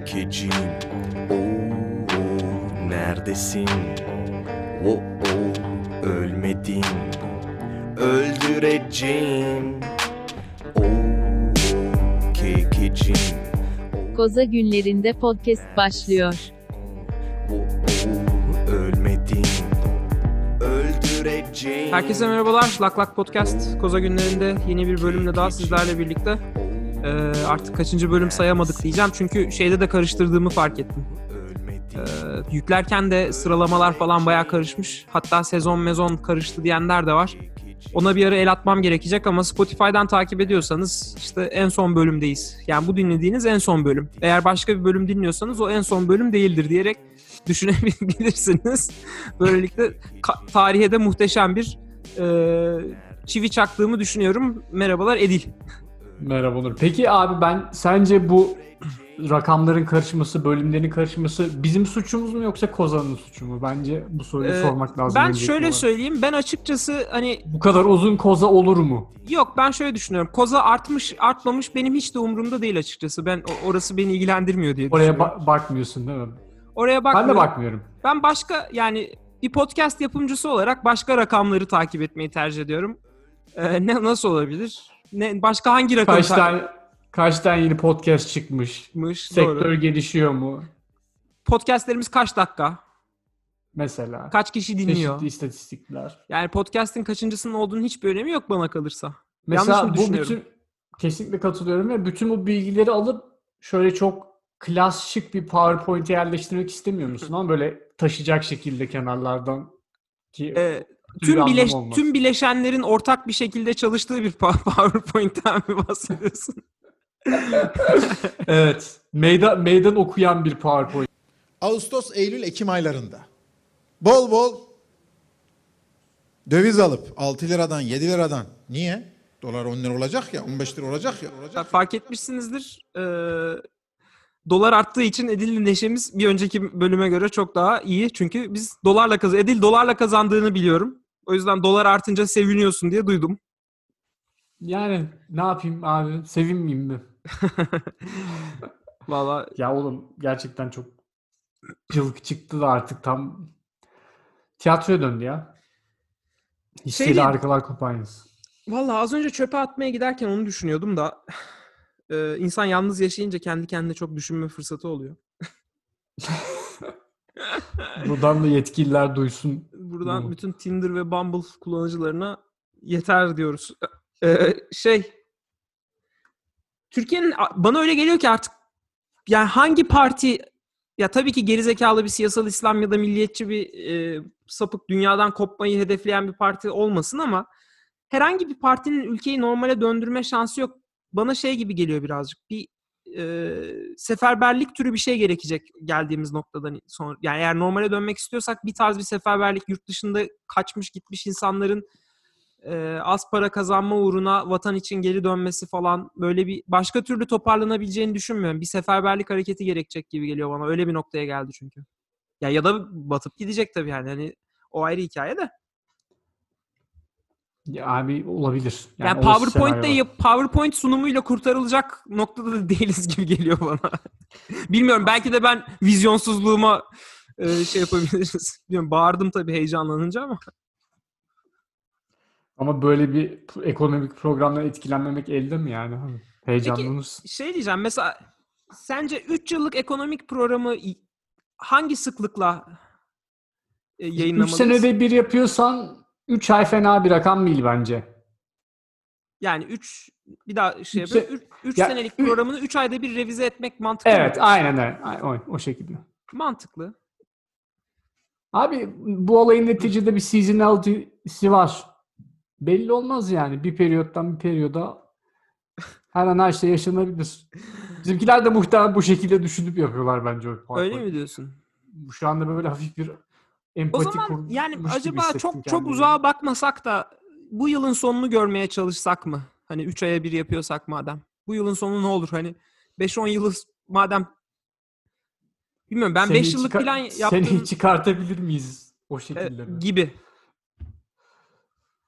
kekecim. Neredesin? Ölmedin. Öldüreceğim. Kekecim. Koza Günlerinde podcast başlıyor. Ölmedin. Öldüreceğim. Herkese merhabalar. Lak Lak Podcast Koza Günlerinde yeni bir bölümle daha sizlerle birlikte. Artık kaçıncı bölüm sayamadık diyeceğim. Çünkü şeyde de karıştırdığımı fark ettim. Yüklerken de sıralamalar falan bayağı karışmış. Hatta sezon karıştı diyenler de var. Ona bir ara el atmam gerekecek ama Spotify'dan takip ediyorsanız işte en son bölümdeyiz. Yani bu dinlediğiniz en son bölüm. Eğer başka bir bölüm dinliyorsanız o en son bölüm değildir diyerek düşünebilirsiniz. Böylelikle tarihe de muhteşem bir çivi çaktığımı düşünüyorum. Merhabalar Edil. Merhaba Onur. Peki abi sence bu rakamların karışması, bölümlerin karışması bizim suçumuz mu yoksa Kozan'ın suçu mu? Bence bu soruyu sormak lazım. Ben şöyle söyleyeyim. Ben açıkçası hani... Bu kadar uzun Koza olur mu? Yok, ben şöyle düşünüyorum. Koza artmış, artmamış benim hiç de umurumda değil açıkçası. Orası beni ilgilendirmiyor diye düşünüyorum. Oraya bakmıyorsun değil mi? Oraya bakmıyorum. Ben de bakmıyorum. Ben başka bir podcast yapımcısı olarak başka rakamları takip etmeyi tercih ediyorum. Nasıl olabilir? Başka hangi rakam? Kaç tane yeni podcast çıkmış? Sektör doğru. Gelişiyor mu? Podcastlerimiz kaç dakika? Mesela. Kaç kişi dinliyor? Çeşitli istatistikler. Yani podcast'in kaçıncısının olduğunun hiçbir önemi yok bana kalırsa. Mesela kesinlikle katılıyorum ve bütün bu bilgileri alıp şöyle çok klas şık bir PowerPoint'e yerleştirmek istemiyor musun? Ama böyle taşıyacak şekilde kenarlardan ki tüm bileşenlerin ortak bir şekilde çalıştığı bir PowerPoint'ten mi bahsediyorsun? Evet. Meydan okuyan bir PowerPoint. Ağustos, Eylül, Ekim aylarında bol bol döviz alıp 6 liradan 7 liradan, niye? Dolar 10 lira olacak ya, 15 lira olacak ya. Fark etmişsinizdir. Dolar arttığı için Edil'le neşemiz bir önceki bölüme göre çok daha iyi. Çünkü biz Edil dolarla kazandığını biliyorum. O yüzden dolar artınca seviniyorsun diye duydum. Yani ne yapayım abi? Sevinmeyeyim mi? Vallahi ya oğlum gerçekten çok cılk çıktı da artık tam tiyatroya döndü ya. Hisseli Harikalar Kumpanyası. Vallahi az önce çöpe atmaya giderken onu düşünüyordum da insan yalnız yaşayınca kendi kendine çok düşünme fırsatı oluyor. Buradan da yetkililer duysun. Buradan bütün Tinder ve Bumble kullanıcılarına yeter diyoruz. Türkiye'nin bana öyle geliyor ki artık yani hangi parti, ya tabii ki gerizekalı bir siyasal İslam ya da milliyetçi bir sapık dünyadan kopmayı hedefleyen bir parti olmasın ama herhangi bir partinin ülkeyi normale döndürme şansı yok. Bana şey gibi geliyor birazcık. Bir seferberlik türü bir şey gerekecek geldiğimiz noktadan sonra. Yani eğer normale dönmek istiyorsak bir tarz bir seferberlik, yurt dışında kaçmış gitmiş insanların az para kazanma uğruna vatan için geri dönmesi falan, böyle bir başka türlü toparlanabileceğini düşünmüyorum. Bir seferberlik hareketi gerekecek gibi geliyor bana. Öyle bir noktaya geldi çünkü. Ya da batıp gidecek tabii yani. Hani o ayrı hikaye de. Ya abi olabilir. Yani PowerPoint sunumuyla kurtarılacak noktada da değiliz gibi geliyor bana. Bilmiyorum, belki de ben vizyonsuzluğuma şey yapabiliriz. Bilmiyorum, bağırdım tabii heyecanlanınca ama. Ama böyle bir ekonomik programdan etkilenmemek elde mi yani? Heyecanlanırsın. Peki şey diyeceğim, mesela sence 3 yıllık ekonomik programı hangi sıklıkla yayınlamalıyız? 3 senede bir yapıyorsan 3 ay fena bir rakam değil bence. Yani 3 senelik programını 3 ayda bir revize etmek mantıklı. Evet, aynen öyle. O şekilde. Mantıklı. Abi bu olayın neticede bir seasonality'si var. Belli olmaz yani. Bir periyottan bir periyoda her an her şey yaşanabilir. Bizimkiler de muhtemelen bu şekilde düşünüp yapıyorlar bence o. Öyle mi diyorsun? Şu anda böyle hafif bir empati o zaman yani acaba çok uzağa bakmasak da bu yılın sonunu görmeye çalışsak mı? Hani 3 aya bir yapıyorsak madem. Bu yılın sonu ne olur? Hani 5-10 yılı madem, bilmiyorum, ben 5 yıllık plan yaptım. Seneyi çıkartabilir miyiz o şekilde mi? Gibi.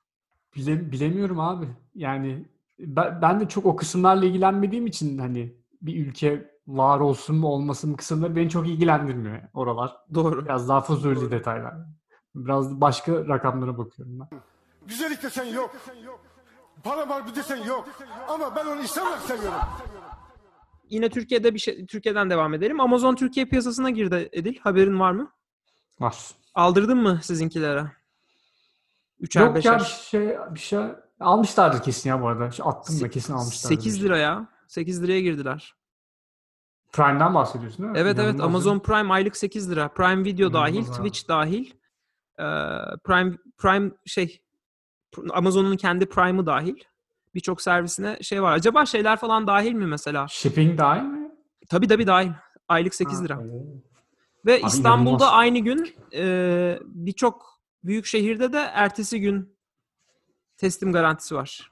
Bilemiyorum abi. Yani ben de çok o kısımlarla ilgilenmediğim için hani bir ülke var olsun mu olmasın mı kısımları beni çok ilgilendirmiyor oralar. Doğru. Biraz daha fuzuli detaylar. Biraz başka rakamlara bakıyorum ben. Güzellik desen yok. Para var bir desen yok. Ama ben onu insan olarak seviyorum. Yine Türkiye'den devam edelim. Amazon Türkiye piyasasına girdi Edil. Haberin var mı? Var. Aldırdın mı sizinkilere? Üçer Yok ya beşer. bir şey almışlardır kesin ya bu arada. Attım da kesin almışlardır. 8 lira ya. 8 liraya girdiler. Prime'den bahsediyorsun değil mi? Evet İnanılmaz Amazon Prime aylık 8 lira. Prime Video dahil, İnanılmaz abi. Twitch dahil. Prime Amazon'un kendi Prime'ı dahil. Birçok servisine şey var. Acaba şeyler falan dahil mi mesela? Shipping dahil mi? Tabii dahil. Aylık 8 lira. Ha, Ve abi İstanbul'da inanılmaz. aynı gün birçok büyük şehirde de ertesi gün teslim garantisi var.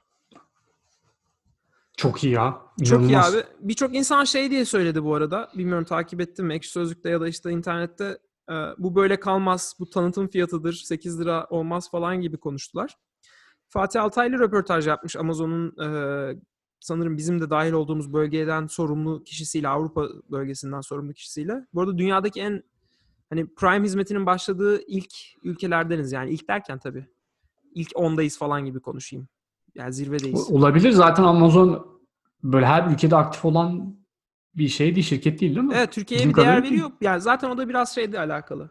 Çok iyi ya. Çok iyi İnanılmaz. abi. Birçok insan şey diye söyledi bu arada. Bilmiyorum takip ettim mi? Ekşi Sözlük'te ya da işte internette bu böyle kalmaz. Bu tanıtım fiyatıdır. 8 lira olmaz falan gibi konuştular. Fatih Altaylı röportaj yapmış Amazon'un sanırım bizim de dahil olduğumuz bölgeden sorumlu kişisiyle, Avrupa bölgesinden sorumlu kişisiyle. Bu arada dünyadaki en hani Prime hizmetinin başladığı ilk ülkelerdeniz. Yani ilk derken tabii. İlk 10'dayız falan gibi konuşayım. Yani zirvedeyiz. Olabilir. Zaten Amazon böyle her ülkede aktif olan bir şey değil, şirket değil mi? Evet, Türkiye'ye Bizim bir değer kadarıyla veriyor. Yani zaten o da biraz şeyle alakalı.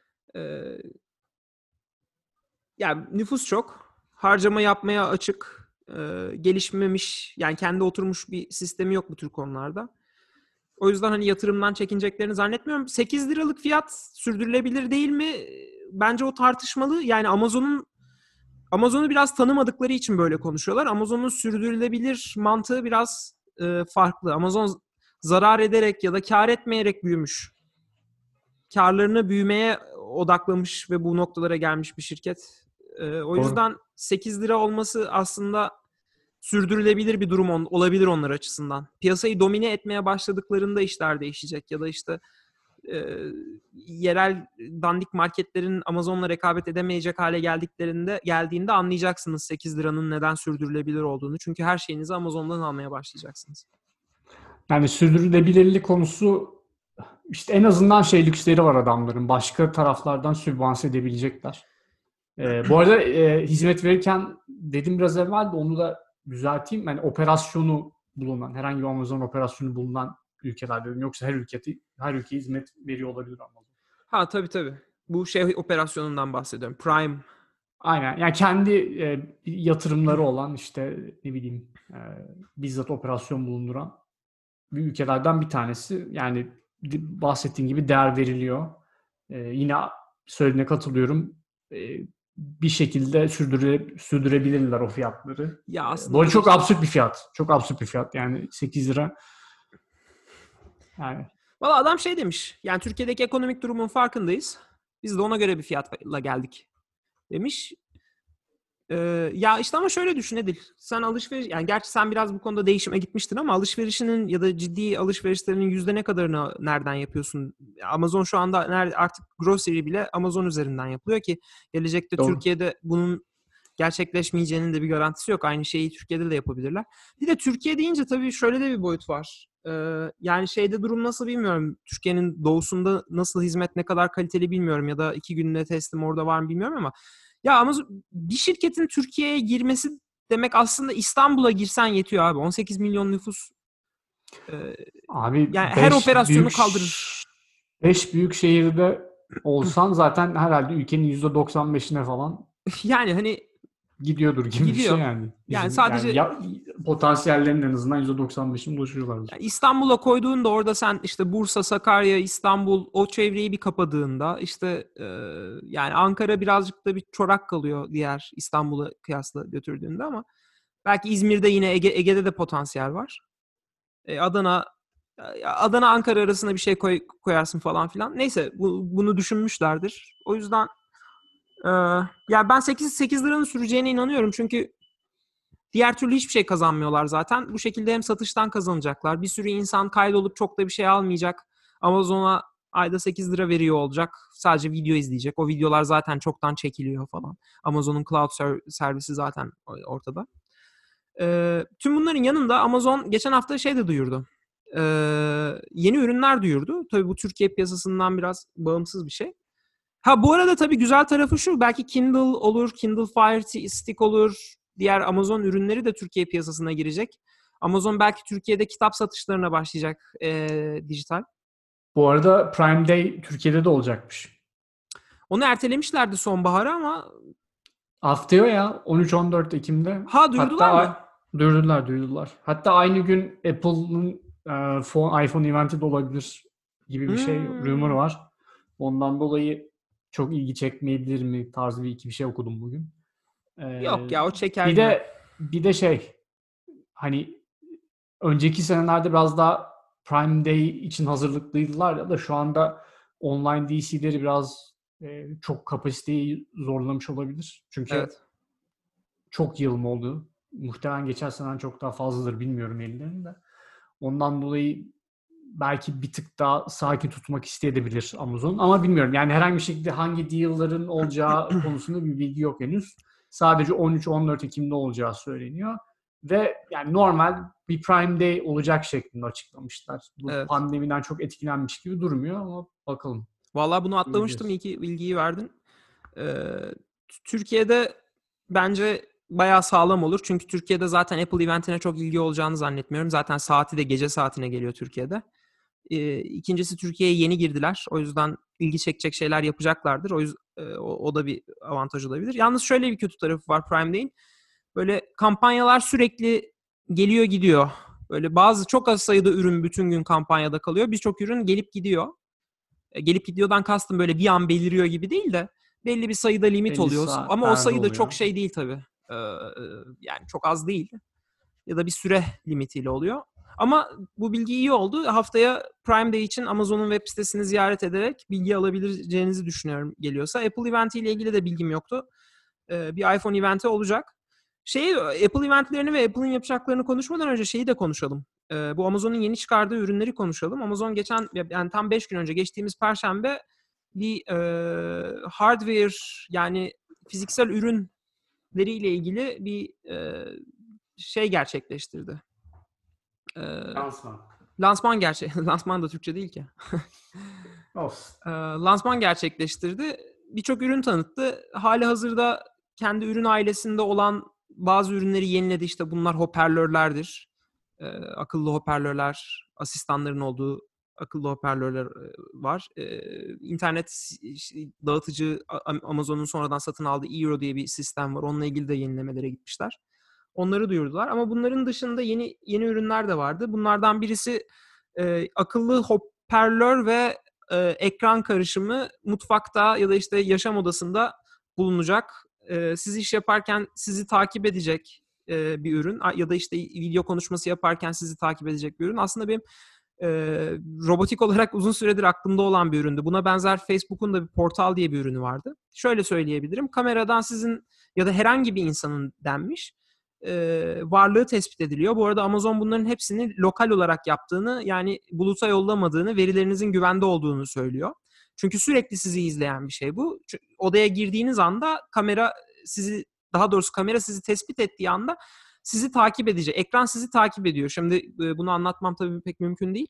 Yani nüfus çok. Harcama yapmaya açık. Gelişmemiş. Yani kendi oturmuş bir sistemi yok bu tür konularda. O yüzden hani yatırımdan çekineceklerini zannetmiyorum. 8 liralık fiyat sürdürülebilir değil mi? Bence o tartışmalı. Yani Amazon'u biraz tanımadıkları için böyle konuşuyorlar. Amazon'un sürdürülebilir mantığı biraz farklı. Amazon zarar ederek ya da kar etmeyerek büyümüş. Karlarını büyümeye odaklamış ve bu noktalara gelmiş bir şirket. O yüzden 8 lira olması aslında sürdürülebilir bir durum olabilir onlar açısından. Piyasayı domine etmeye başladıklarında işler değişecek ya da işte yerel dandik marketlerin Amazon'la rekabet edemeyecek hale geldiğinde anlayacaksınız 8 liranın neden sürdürülebilir olduğunu. Çünkü her şeyinizi Amazon'dan almaya başlayacaksınız. Yani sürdürülebilirlik konusu işte en azından lüksleri var adamların. Başka taraflardan sübvanse edebilecekler. Bu arada hizmet verirken dedim biraz evvel de onu da düzelteyim. Yani operasyonu bulunan, herhangi bir Amazon operasyonu bulunan ülkelerde dedim. Yoksa her ülkeye hizmet veriyor olabilir Amazon. Ha tabii. Bu operasyonundan bahsediyorum. Prime. Aynen. Yani kendi yatırımları olan bizzat operasyon bulunduran bir ülkelerden bir tanesi. Yani bahsettiğin gibi değer veriliyor. Yine söylediğine katılıyorum. Bir şekilde sürdürebilirler o fiyatları. Ya aslında Bu arada çok absürt bir fiyat. Çok absürt bir fiyat. Yani 8 lira. Yani. Valla adam şey demiş. Yani Türkiye'deki ekonomik durumun farkındayız. Biz de ona göre bir fiyatla geldik demiş. Ya işte ama şöyle düşün Edil. Sen alışveriş, yani gerçi sen biraz bu konuda değişime gitmiştin ama alışverişinin ya da ciddi alışverişlerinin yüzde ne kadarını nereden yapıyorsun? Amazon şu anda artık grocery bile Amazon üzerinden yapılıyor ki gelecekte Doğru. Türkiye'de bunun gerçekleşmeyeceğinin de bir garantisi yok. Aynı şeyi Türkiye'de de yapabilirler. Bir de Türkiye deyince tabii şöyle de bir boyut var. Yani durum nasıl bilmiyorum. Türkiye'nin doğusunda nasıl hizmet ne kadar kaliteli bilmiyorum ya da 2 günde teslim orada var mı bilmiyorum ama ya Amazon bir şirketin Türkiye'ye girmesi demek aslında İstanbul'a girsen yetiyor abi. 18 milyon nüfus. Abi yani her operasyonu kaldırır. 5 büyük şehirde olsan zaten herhalde ülkenin %95'ine falan yani hani gidiyordur gibi bir şey yani. Yani sadece potansiyellerin en azından %95'ine ulaşıyorlardır. Yani İstanbul'a koyduğunda orada sen işte Bursa, Sakarya, İstanbul o çevreyi bir kapadığında işte yani Ankara birazcık da bir çorak kalıyor diğer İstanbul'a kıyasla götürdüğünde ama belki İzmir'de yine Ege'de de potansiyel var. Adana Ankara arasında bir şey koyarsın falan filan. Neyse bunu düşünmüşlerdir. O yüzden ya ben 8 liranın süreceğine inanıyorum çünkü diğer türlü hiçbir şey kazanmıyorlar zaten. Bu şekilde hem satıştan kazanacaklar. Bir sürü insan kaydolup çok da bir şey almayacak. Amazon'a ayda 8 lira veriyor olacak. Sadece video izleyecek. O videolar zaten çoktan çekiliyor falan. Amazon'un cloud servisi zaten ortada. Tüm bunların yanında Amazon geçen hafta de duyurdu. yeni ürünler duyurdu. Tabii bu Türkiye piyasasından biraz bağımsız bir şey. Ha bu arada tabii güzel tarafı şu. Belki Kindle olur, Kindle Fire Stick olur. Diğer Amazon ürünleri de Türkiye piyasasına girecek. Amazon belki Türkiye'de kitap satışlarına başlayacak dijital. Bu arada Prime Day Türkiye'de de olacakmış. Onu ertelemişlerdi sonbahara ama... Haftaya ya 13-14 Ekim'de. Ha duyurdular mı? Duyurdular. Hatta aynı gün Apple'ın iPhone eventi de olabilir gibi bir şey, rumor var. Ondan dolayı çok ilgi çekmeyebilir mi tarzı bir şey okudum bugün. Yok ya o çeker. Bir de şey hani önceki senelerde biraz daha Prime Day için hazırlıklıydılar ya da şu anda online DC'leri biraz çok kapasiteyi zorlamış olabilir. Çünkü çok yılım oldu. Muhtemelen geçen seneden çok daha fazladır bilmiyorum ellerinde. Ondan dolayı belki bir tık daha sakin tutmak isteyebilir Amazon. Ama bilmiyorum. Yani herhangi bir şekilde hangi deal'ların olacağı konusunda bir bilgi yok henüz. Sadece 13-14 Ekim'de olacağı söyleniyor. Ve yani normal bir Prime Day olacak şeklinde açıklamışlar. Bu pandemiden çok etkilenmiş gibi durmuyor ama bakalım. Vallahi bunu atlamıştım. İyi ki bilgiyi verdin. Türkiye'de bence bayağı sağlam olur. Çünkü Türkiye'de zaten Apple eventine çok ilgi olacağını zannetmiyorum. Zaten saati de gece saatine geliyor Türkiye'de. İkincisi Türkiye'ye yeni girdiler. O yüzden ilgi çekecek şeyler yapacaklardır. O da bir avantaj olabilir. Yalnız şöyle bir kötü tarafı var Prime Day'in. Böyle kampanyalar sürekli geliyor gidiyor. Böyle bazı çok az sayıda ürün bütün gün kampanyada kalıyor. Birçok ürün gelip gidiyor. Gelip gidiyordan kastım böyle bir an beliriyor gibi değil de belli bir sayıda limit oluyor. Ama o sayıda çok şey değil tabii. Yani çok az değil. Ya da bir süre limitiyle oluyor. Ama bu bilgi iyi oldu. Haftaya Prime Day için Amazon'un web sitesini ziyaret ederek bilgi alabileceğinizi düşünüyorum geliyorsa. Apple eventi ile ilgili de bilgim yoktu. Bir iPhone eventi olacak. Apple eventlerini ve Apple'ın yapacaklarını konuşmadan önce şeyi de konuşalım. Bu Amazon'un yeni çıkardığı ürünleri konuşalım. Amazon yani tam 5 gün önce geçtiğimiz Perşembe bir hardware yani fiziksel ürünleriyle ilgili bir şey gerçekleştirdi. Lansman Lansman da Türkçe değil ki. Lansman gerçekleştirdi. Birçok ürün tanıttı. Hali hazırda kendi ürün ailesinde olan bazı ürünleri yeniledi. İşte bunlar hoparlörlerdir. Akıllı hoparlörler, asistanların olduğu akıllı hoparlörler var. İnternet dağıtıcı Amazon'un sonradan satın aldığı Eero diye bir sistem var. Onunla ilgili de yenilemelere gitmişler. Onları duyurdular. Ama bunların dışında yeni ürünler de vardı. Bunlardan birisi akıllı hoparlör ve ekran karışımı mutfakta ya da işte yaşam odasında bulunacak. Siz iş yaparken sizi takip edecek bir ürün ya da işte video konuşması yaparken sizi takip edecek bir ürün. Aslında benim robotik olarak uzun süredir aklımda olan bir üründü. Buna benzer Facebook'un da bir Portal diye bir ürünü vardı. Şöyle söyleyebilirim. Kameradan sizin ya da herhangi bir insanın denmiş varlığı tespit ediliyor. Bu arada Amazon bunların hepsini lokal olarak yaptığını, yani buluta yollamadığını, verilerinizin güvende olduğunu söylüyor. Çünkü sürekli sizi izleyen bir şey bu. Odaya girdiğiniz anda kamera sizi tespit ettiği anda sizi takip edecek. Ekran sizi takip ediyor. Şimdi bunu anlatmam tabii pek mümkün değil.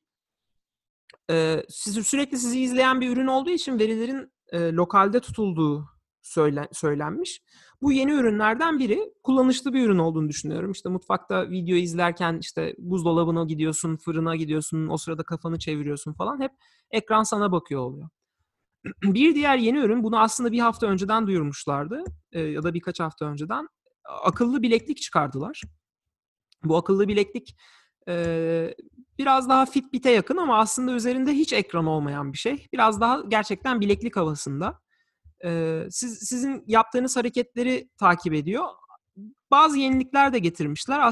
Sürekli sizi izleyen bir ürün olduğu için verilerin lokalde tutulduğu söylenmiş. Bu yeni ürünlerden biri. Kullanışlı bir ürün olduğunu düşünüyorum. İşte mutfakta video izlerken işte buzdolabına gidiyorsun, fırına gidiyorsun, o sırada kafanı çeviriyorsun falan. Hep ekran sana bakıyor oluyor. Bir diğer yeni ürün, bunu aslında bir hafta önceden duyurmuşlardı ya da birkaç hafta önceden. Akıllı bileklik çıkardılar. Bu akıllı bileklik biraz daha Fitbit'e yakın ama aslında üzerinde hiç ekran olmayan bir şey. Biraz daha gerçekten bileklik havasında. Sizin yaptığınız hareketleri takip ediyor. Bazı yenilikler de getirmişler.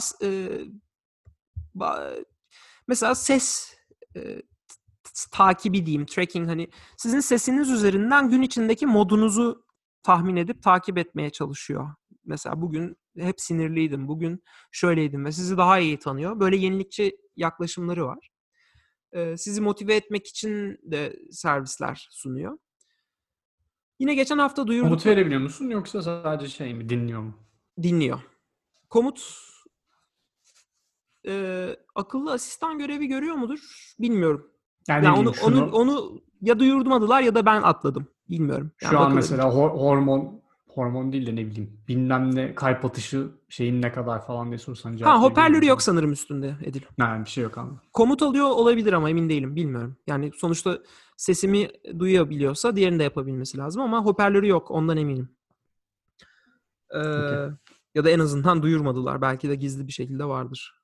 Mesela ses takibi diyeyim, tracking, hani sizin sesiniz üzerinden gün içindeki modunuzu tahmin edip takip etmeye çalışıyor. Mesela bugün hep sinirliydim, bugün şöyleydim ve sizi daha iyi tanıyor. Böyle yenilikçi yaklaşımları var. Sizi motive etmek için de servisler sunuyor. Yine geçen hafta duyurduk. Komut verebiliyor musun yoksa sadece şey mi, dinliyor mu? Dinliyor. Komut akıllı asistan görevi görüyor mudur? Bilmiyorum. Yani Yani ne onu bileyim, onu ya duyurmadılar ya da ben atladım. Bilmiyorum. Yani şu an bakılabilir. mesela hormon değil de ne bileyim bilmem ne kalp atışı şeyin ne kadar falan diye sorsan cevap Hoparlörü verebilirim. yok sanırım üstünde Edil. Yani bir şey yok ama. Komut alıyor olabilir ama emin değilim. Bilmiyorum. Yani sonuçta sesimi duyabiliyorsa diğerini de yapabilmesi lazım ama hoparlörü yok. Ondan eminim. Okey. Ya da en azından duyurmadılar. Belki de gizli bir şekilde vardır.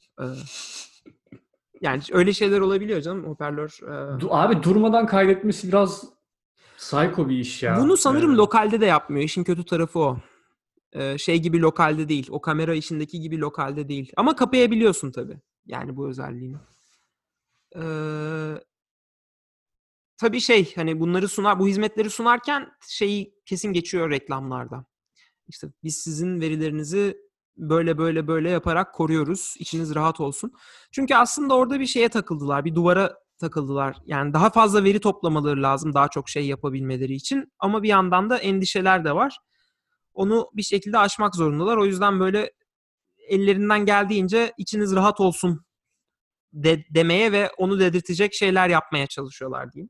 Yani öyle şeyler olabiliyor canım. Hoparlör. Abi durmadan kaydetmesi biraz psycho bir iş ya. Bunu sanırım lokalde de yapmıyor. İşin kötü tarafı o. Şey gibi lokalde değil. O kamera işindeki gibi lokalde değil. Ama kapayabiliyorsun tabii. Yani bu özelliğini. Tabii hani bunları bu hizmetleri sunarken şeyi kesin geçiyor reklamlarda. İşte biz sizin verilerinizi böyle yaparak koruyoruz. İçiniz rahat olsun. Çünkü aslında orada bir şeye takıldılar. Bir duvara takıldılar. Yani daha fazla veri toplamaları lazım daha çok şey yapabilmeleri için. Ama bir yandan da endişeler de var. Onu bir şekilde aşmak zorundalar. O yüzden böyle ellerinden geldiğince içiniz rahat olsun demeye ve onu dedirtecek şeyler yapmaya çalışıyorlar diyeyim.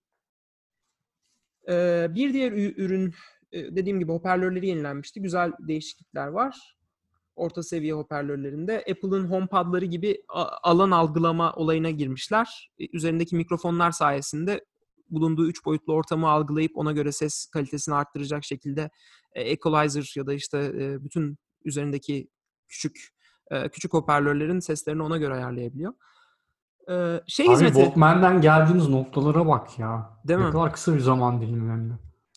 Bir diğer ürün dediğim gibi hoparlörleri yenilenmişti. Güzel değişiklikler var. Orta seviye hoparlörlerinde. Apple'ın HomePod'ları gibi alan algılama olayına girmişler. Üzerindeki mikrofonlar sayesinde bulunduğu 3 boyutlu ortamı algılayıp ona göre ses kalitesini arttıracak şekilde equalizer ya da işte bütün üzerindeki küçük hoparlörlerin seslerini ona göre ayarlayabiliyor. Abi Hizmeti. Walkman'den geldiğimiz noktalara bak ya. Değil Ne mi? kadar kısa bir zaman dilimi yani.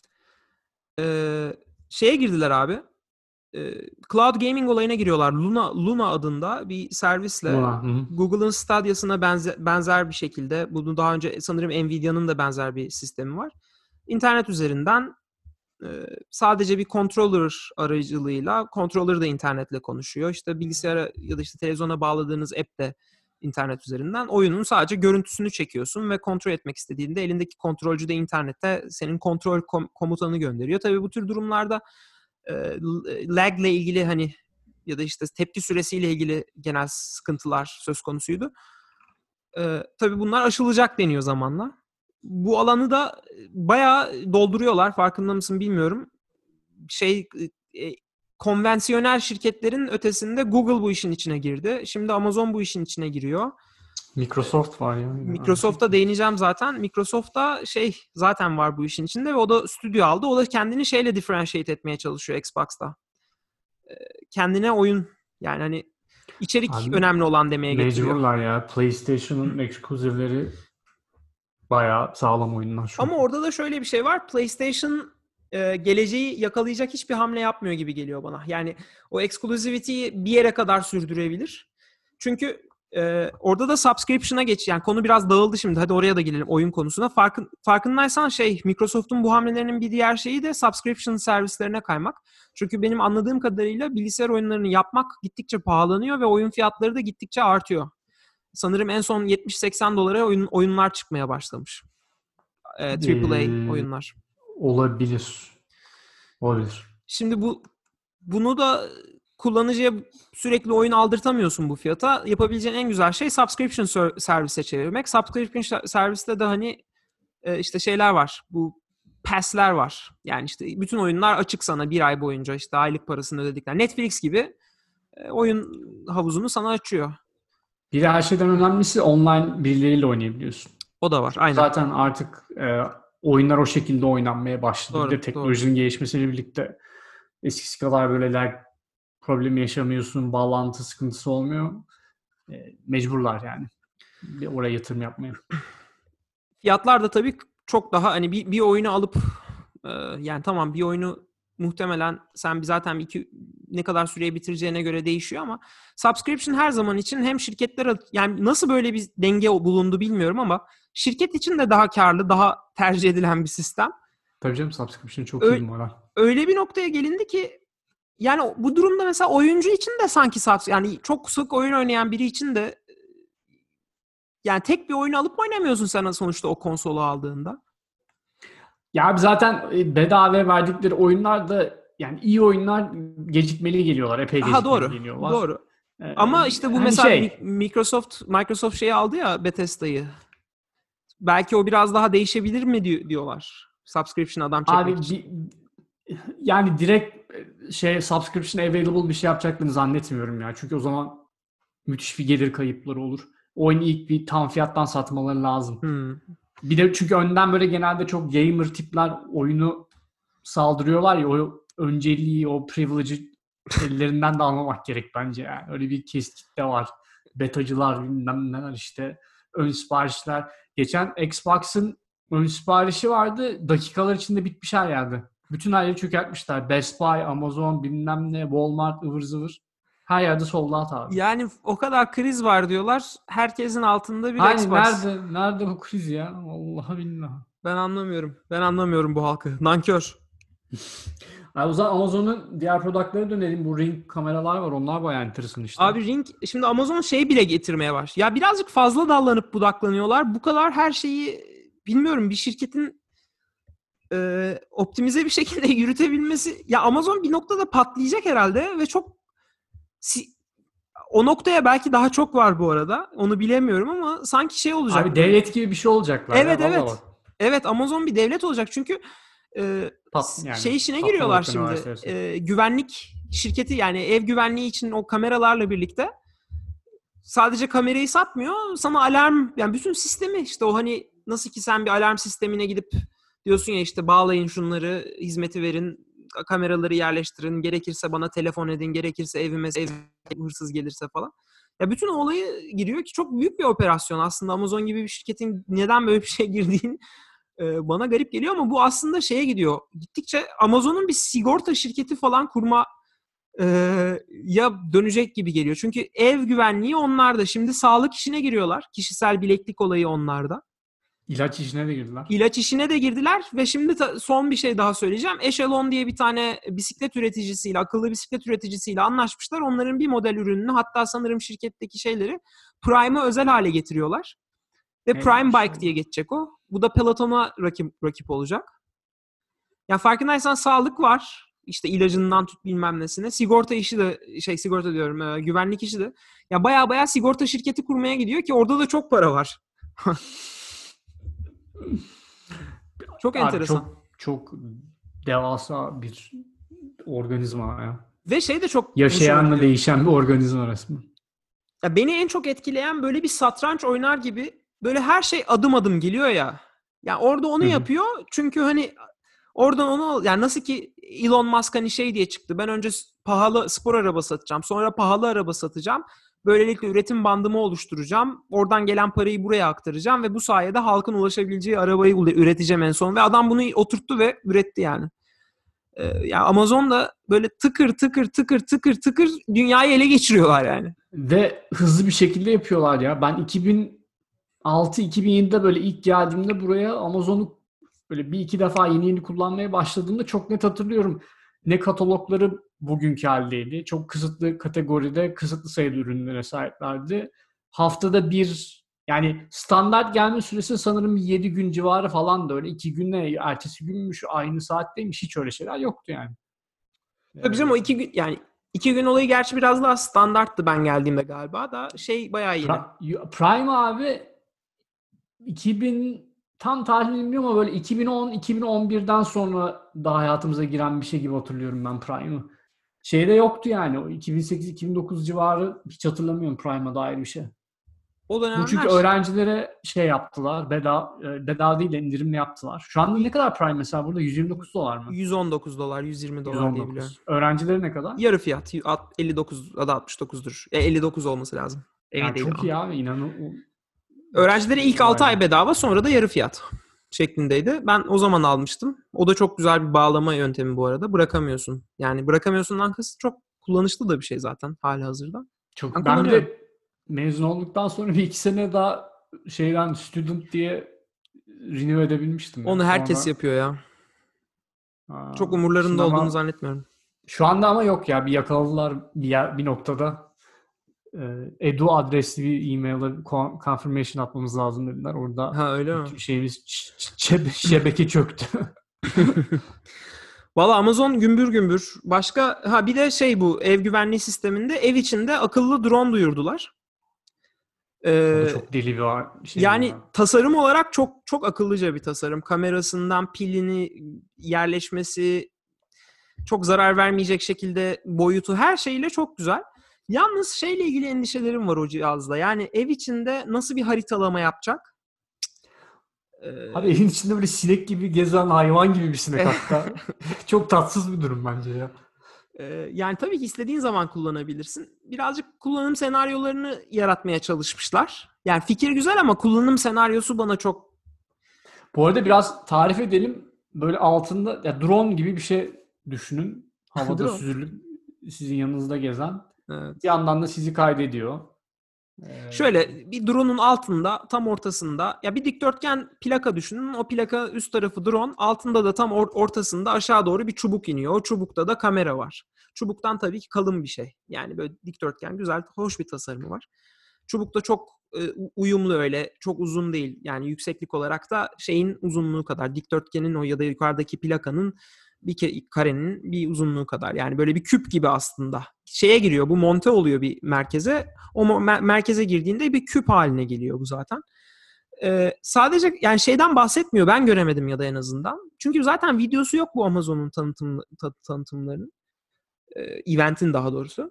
Şeye girdiler abi. Cloud gaming olayına giriyorlar. Luna adında bir servisle Google'ın Stadia'sına benzer bir şekilde, bunu daha önce sanırım Nvidia'nın da benzer bir sistemi var. İnternet üzerinden sadece bir controller aracılığıyla, controller da internetle konuşuyor. İşte bilgisayara ya da işte televizyona bağladığınız app de internet üzerinden oyunun sadece görüntüsünü çekiyorsun ve kontrol etmek istediğinde elindeki kontrolcü de internette senin kontrol komutanı gönderiyor. Tabii bu tür durumlarda lag ile ilgili hani ya da işte tepki süresiyle ilgili genel sıkıntılar söz konusuydu. Tabii bunlar aşılacak deniyor zamanla. Bu alanı da bayağı dolduruyorlar. Farkında mısın bilmiyorum. Konvansiyonel şirketlerin ötesinde Google bu işin içine girdi. Şimdi Amazon bu işin içine giriyor. Microsoft var ya. Microsoft'a değineceğim zaten. Microsoft'ta zaten var bu işin içinde ve o da stüdyo aldı. O da kendini şeyle differentiate etmeye çalışıyor Xbox'ta. Kendine oyun yani hani içerik abi, önemli olan demeye getiriyor. Mecburlar ya. PlayStation'ın exclusive'leri bayağı sağlam oyunlar şu an. Ama orada da şöyle bir şey var. PlayStation geleceği yakalayacak hiçbir hamle yapmıyor gibi geliyor bana. Yani o exclusivity'yi bir yere kadar sürdürebilir. Çünkü orada da subscription'a yani konu biraz dağıldı şimdi. Hadi oraya da gelelim oyun konusuna. Farkındaysan Microsoft'un bu hamlelerinin bir diğer şeyi de subscription servislerine kaymak. Çünkü benim anladığım kadarıyla bilgisayar oyunlarını yapmak gittikçe pahalanıyor ve oyun fiyatları da gittikçe artıyor. Sanırım en son 70-80 dolara oyunlar çıkmaya başlamış. AAA oyunlar. Olabilir. Şimdi bunu da kullanıcıya sürekli oyun aldırtamıyorsun bu fiyata. Yapabileceğin en güzel şey subscription servise çevirmek. Subscription serviste de hani işte şeyler var. Bu pass'ler var. Yani işte bütün oyunlar açık sana bir ay boyunca işte aylık parasını ödedikler. Netflix gibi oyun havuzunu sana açıyor. Bir de her şeyden önemlisi online birileriyle oynayabiliyorsun. O da var. Aynen. Zaten artık oyunlar o şekilde oynanmaya başladı. Doğru, bir de teknolojinin gelişmesiyle birlikte eskisi kadar böyle lag problemi yaşamıyorsun, bağlantı sıkıntısı olmuyor. Mecburlar yani. Oraya yatırım yapmaya. Fiyatlar da tabii çok daha hani bir oyunu alıp yani tamam bir oyunu muhtemelen sen zaten ne kadar süreye bitireceğine göre değişiyor ama subscription her zaman için hem şirketler yani nasıl böyle bir denge bulundu bilmiyorum ama şirket için de daha karlı, daha tercih edilen bir sistem. Tabii canım subscription çok iyi bir model. Öyle bir noktaya gelindi ki yani bu durumda mesela oyuncu için de sanki yani çok sık oyun oynayan biri için de yani tek bir oyunu alıp oynamıyorsun sen sonuçta o konsolu aldığında. Ya abi zaten bedava verdikleri oyunlar da yani iyi oyunlar gecikmeli geliyorlar. Epey gecikmeli geliyorlar. Doğru. Ama işte bu Hani mesela şey, Microsoft şeyi aldı ya, Bethesda'yı. Belki o biraz daha değişebilir mi diyorlar. Subscription adam çekmek abi için. yani direkt subscription available bir şey yapacaklarını zannetmiyorum ya. Çünkü o zaman müthiş bir gelir kayıpları olur. Oyunu ilk bir tam fiyattan satmaları lazım. Bir de çünkü önden böyle genelde çok gamer tipler oyunu saldırıyorlar ya, o önceliği, o privilege'i ellerinden de almamak gerek bence yani. Öyle bir kitle var. Betacılar, bilmem neler işte, ön siparişler. Geçen Xbox'ın ön siparişi vardı. Dakikalar içinde bitmiş her yerde. Bütün her yeri çökertmişler. Best Buy, Amazon, bilmem ne, Walmart, ıvır zıvır. Her yerde sold out abi. Yani o kadar kriz var diyorlar. Herkesin altında bir Hani Xbox. nerede bu kriz ya? Vallahi billahi. Ben anlamıyorum bu halkı. Nankör. O zaman Amazon'un diğer product'lara dönelim. Bu Ring kameralar var. Onlar bayağı enteresan işte. Abi Ring, şimdi Amazon şey bile getirmeye başladı. Ya birazcık fazla dallanıp budaklanıyorlar. Bu kadar her şeyi bilmiyorum, bir şirketin optimize bir şekilde yürütebilmesi. Ya Amazon bir noktada patlayacak herhalde ve çok o noktaya belki daha çok var bu arada. Onu bilemiyorum ama sanki şey olacak. Abi devlet gibi bir şey olacaklar. Evet, ya, evet. vallahi. Evet, Amazon bir devlet olacak çünkü şey işine giriyorlar şimdi. Güvenlik şirketi, yani ev güvenliği için o kameralarla birlikte sadece kamerayı satmıyor. Sana alarm, yani bütün sistemi, işte o hani nasıl ki sen bir alarm sistemine gidip diyorsun ya işte bağlayın şunları, hizmeti verin, kameraları yerleştirin, gerekirse bana telefon edin, gerekirse evime hırsız gelirse falan. Ya bütün o olayı giriyor ki çok büyük bir operasyon aslında. Amazon gibi bir şirketin neden böyle bir şeye girdiğini bana garip geliyor ama bu aslında şeye gidiyor. Gittikçe Amazon'un bir sigorta şirketi falan kurma ya dönecek gibi geliyor. Çünkü ev güvenliği onlarda. Şimdi sağlık işine giriyorlar. Kişisel bileklik olayı onlarda. İlaç işine de girdiler. İlaç işine de girdiler ve şimdi son bir şey daha söyleyeceğim. Echelon diye bir tane bisiklet üreticisiyle, akıllı bisiklet üreticisiyle anlaşmışlar. Onların bir model ürününü, hatta sanırım şirketteki şeyleri Prime'a özel hale getiriyorlar. Ve Prime Bike diye geçecek o. Bu da Peloton'a rakip olacak. Ya farkındaysan sağlık var. İşte ilacından tut bilmem nesine. Sigorta işi de sigorta diyorum, güvenlik işi de. Ya baya sigorta şirketi kurmaya gidiyor ki orada da çok para var. Çok Abi enteresan. çok devasa bir organizma ya. Ve şey de çok yaşayanla değişen bir organizma resmen. Ya beni en çok etkileyen, böyle bir satranç oynar gibi böyle her şey adım adım geliyor ya. Ya orada onu yapıyor. Çünkü hani oradan onu, yani nasıl ki Elon Musk hani şey diye çıktı. Ben önce pahalı spor araba satacağım. Sonra pahalı araba satacağım. Böylelikle üretim bandımı oluşturacağım. Oradan gelen parayı buraya aktaracağım ve bu sayede halkın ulaşabileceği arabayı üreteceğim en son. Ve adam bunu oturttu ve üretti yani. Ya Amazon da böyle tıkır tıkır dünyayı ele geçiriyorlar yani. Ve hızlı bir şekilde yapıyorlar ya. Ben 2006-2007'de böyle ilk geldiğimde buraya Amazon'u böyle bir iki defa yeni kullanmaya başladığımda çok net hatırlıyorum. Ne katalogları bugünkü haldeydi. Çok kısıtlı kategoride, kısıtlı sayıda ürünlere sahiplerdi. Haftada bir, yani standart gelme süresi sanırım 7 gün civarı falan da, öyle 2 günle ertesi günmüş, aynı saatteymiş, hiç öyle şeyler yoktu yani. Tabii canım, o 2 gün, yani 2 gün olayı gerçi biraz daha standarttı ben geldiğimde galiba da bayağı yeni. Prime abi 2000 tam tarihini bilmiyorum ama böyle 2010-2011'den sonra da hayatımıza giren bir şey gibi hatırlıyorum ben Prime'ı. Şeyde yoktu yani, o 2008-2009 civarı hiç hatırlamıyorum Prime'a dair bir şey. O dönemler... Bu çünkü öğrencilere şey yaptılar, bedava değil de indirimli yaptılar. Şu anda ne kadar Prime mesela burada? $129 mı? $119, $120 diye biliyorum. Öğrencilere ne kadar? Yarı fiyat. 59 ya da 69'dur. 59 olması lazım. Yani çok iyi abi, inanın. Öğrencilere ilk 6 ay bedava, sonra da yarı fiyat şeklindeydi. Ben o zaman almıştım. O da çok güzel bir bağlama yöntemi bu arada. Bırakamıyorsun. Yani bırakamıyorsundan kasıt çok kullanışlı da bir şey zaten halihazırda. Çok. Ben bir de mezun olduktan sonra bir 2 sene daha student diye renew edebilmiştim. Onu herkes yapıyor ya. Çok umurlarında olduğunu zannetmiyorum. Şu anda ama yok ya, bir yakaladılar bir noktada. Edu adresli bir e-mail'e confirmation atmamız lazım dediler. Orada öyle mi? Şeyimiz şebeke çöktü. Valla Amazon gümbür gümbür. Başka bir de bu ev güvenliği sisteminde ev içinde akıllı drone duyurdular. O da çok deli bir şey. Yani tasarım olarak çok çok akıllıca bir tasarım. Kamerasından pilini yerleşmesi, çok zarar vermeyecek şekilde boyutu, her şeyle çok güzel. Yalnız şeyle ilgili endişelerim var o cihazla. Yani ev içinde nasıl bir haritalama yapacak? Abi evin içinde böyle sinek gibi gezen hayvan gibi bir sinek hatta. Çok tatsız bir durum bence ya. Yani tabii ki istediğin zaman kullanabilirsin. Birazcık kullanım senaryolarını yaratmaya çalışmışlar. Yani fikir güzel ama kullanım senaryosu bana çok... Bu arada biraz tarif edelim. Böyle altında ya drone gibi bir şey düşünün. Havada Drone. süzülüp sizin yanınızda gezen. Evet. Bir yandan da sizi kaydediyor. Şöyle bir drone'un altında, tam ortasında ya bir dikdörtgen plaka düşünün. O plaka üst tarafı drone, altında da tam ortasında aşağı doğru bir çubuk iniyor. O çubukta da kamera var. Çubuktan tabii ki kalın bir şey. Yani böyle dikdörtgen, güzel, hoş bir tasarımı var. Çubuk da çok uyumlu, öyle çok uzun değil. Yani yükseklik olarak da şeyin uzunluğu kadar, dikdörtgenin o ya da yukarıdaki plakanın karenin bir uzunluğu kadar. Yani böyle bir küp gibi aslında. Şeye giriyor, bu monte oluyor bir merkeze. O merkeze girdiğinde bir küp haline geliyor bu zaten. Sadece yani şeyden bahsetmiyor. Ben göremedim ya da en azından. Çünkü zaten videosu yok bu Amazon'un tanıtımlarının. Event'in daha doğrusu.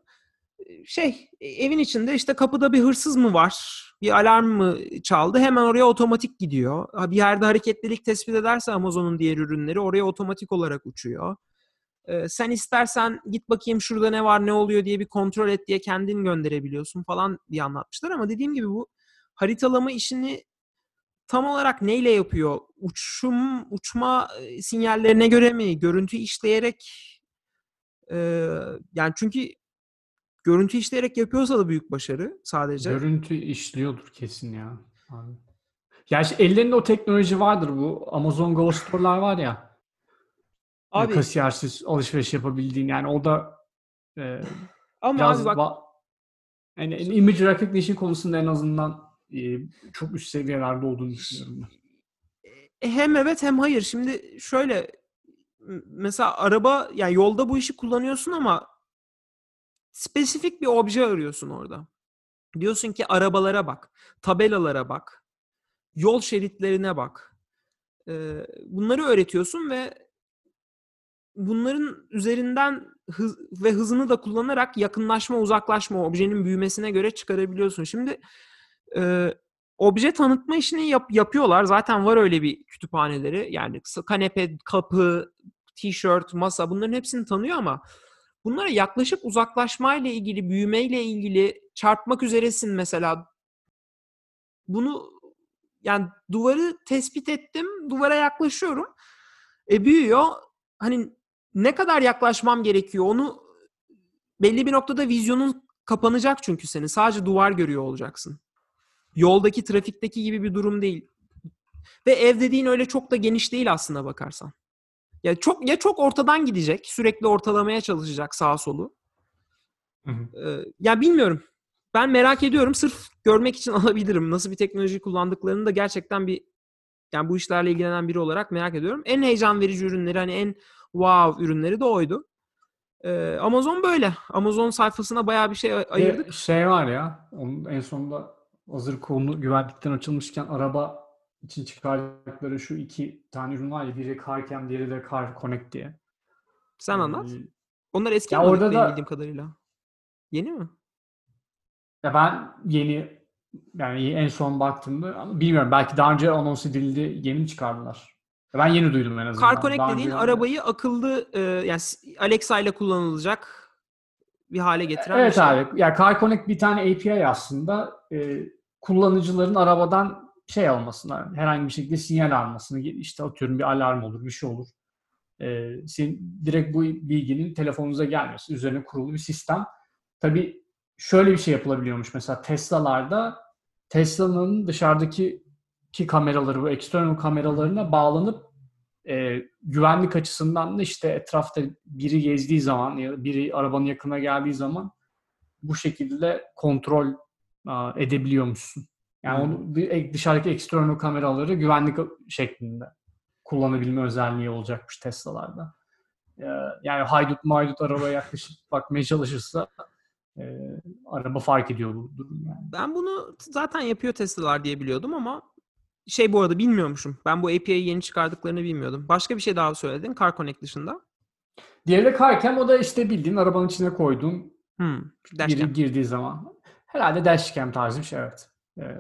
Evin içinde işte kapıda bir hırsız mı var? Bir alarm mı çaldı? Hemen oraya otomatik gidiyor. Bir yerde hareketlilik tespit ederse Amazon'un diğer ürünleri oraya otomatik olarak uçuyor. Sen istersen git bakayım şurada ne var ne oluyor diye bir kontrol et diye kendin gönderebiliyorsun falan diye anlatmışlar. Ama dediğim gibi bu haritalama işini tam olarak neyle yapıyor? Uçma sinyallerine göre mi? Görüntü işleyerek yani çünkü görüntü işleyerek yapıyorsa da büyük başarı sadece. Görüntü işliyordur kesin ya. Abi. Ya ellerinde o teknoloji vardır, bu Amazon Go Store'lar var ya. Abi kasiyersiz alışveriş yapabildiğin, yani o da ama biraz abi bak yani image recognition konusunda en azından çok üst seviyelerde olduğunu düşünüyorum ben. Hem evet hem hayır. Şimdi şöyle, mesela araba, yani yolda bu işi kullanıyorsun ama spesifik bir obje arıyorsun orada. Diyorsun ki arabalara bak, tabelalara bak, yol şeritlerine bak. Bunları öğretiyorsun ve bunların üzerinden hızını da kullanarak yakınlaşma, uzaklaşma, objenin büyümesine göre çıkarabiliyorsun. Şimdi obje tanıtma işini yapıyorlar. Zaten var öyle bir kütüphaneleri. Yani kanepe, kapı, tişört, masa, bunların hepsini tanıyor ama bunlara yaklaşıp uzaklaşmayla ilgili, büyümeyle ilgili, çarpmak üzeresin mesela. Bunu, yani duvarı tespit ettim, duvara yaklaşıyorum. Büyüyor. Hani ne kadar yaklaşmam gerekiyor onu, belli bir noktada vizyonun kapanacak çünkü senin. Sadece duvar görüyor olacaksın. Yoldaki, trafikteki gibi bir durum değil. Ve ev dediğin öyle çok da geniş değil aslına bakarsan. Ya çok ortadan gidecek, sürekli ortalamaya çalışacak sağa solu. Ya bilmiyorum. Ben merak ediyorum. Sırf görmek için alabilirim. Nasıl bir teknoloji kullandıklarını da gerçekten yani bu işlerle ilgilenen biri olarak merak ediyorum. En heyecan verici ürünleri, hani en wow ürünleri de oydu. Amazon böyle. Amazon sayfasına bayağı bir şey ayırdık. Şey var ya, onun en sonunda hazır konu güvenlikten açılmışken araba için çıkardıkları şu 2 tane ürün var ya, biri CarCam, diğeri de Car Connect diye. Sen anlat. Onlar eski ya mi orada benim da bildiğim kadarıyla? Yeni mi? Ya ben yani en son baktığımda, bilmiyorum, belki daha önce anons edildi, yeni mi çıkardılar? Ben yeni duydum en azından. Car Connect dediğin arabayı akıllı, yani Alexa ile kullanılacak bir hale getiren evet bir şey. abi. Ya Car Connect bir tane API aslında, kullanıcıların arabadan şey almasına, herhangi bir şekilde sinyal almasını, işte atıyorum bir alarm olur, bir şey olur. Senin direkt bu bilginin telefonunuza gelmesi üzerine kurulu bir sistem. Tabii şöyle bir şey yapılabiliyormuş mesela Tesla'larda. Tesla'nın dışarıdaki kameraları, bu eksternal kameralarına bağlanıp güvenlik açısından da işte etrafta biri gezdiği zaman ya da biri arabanın yakına geldiği zaman bu şekilde kontrol edebiliyormuşsun. Yani onu dışarıdaki eksternal kameraları güvenlik şeklinde kullanabilme özelliği olacakmış Tesla'larda. Yani haydut maydut arabaya yaklaşıp bakmaya çalışırsa araba fark ediyor bu durum yani. Ben bunu zaten yapıyor Tesla'lar diye biliyordum ama bu arada bilmiyormuşum. Ben bu API'yi yeni çıkardıklarını bilmiyordum. Başka bir şey daha söyledin Car Connect dışında. Diğeri de CarCam, o da işte bildiğin arabanın içine koyduğun biri Dashcam. girdiği zaman. Herhalde dashcam tarzı bir şey, evet.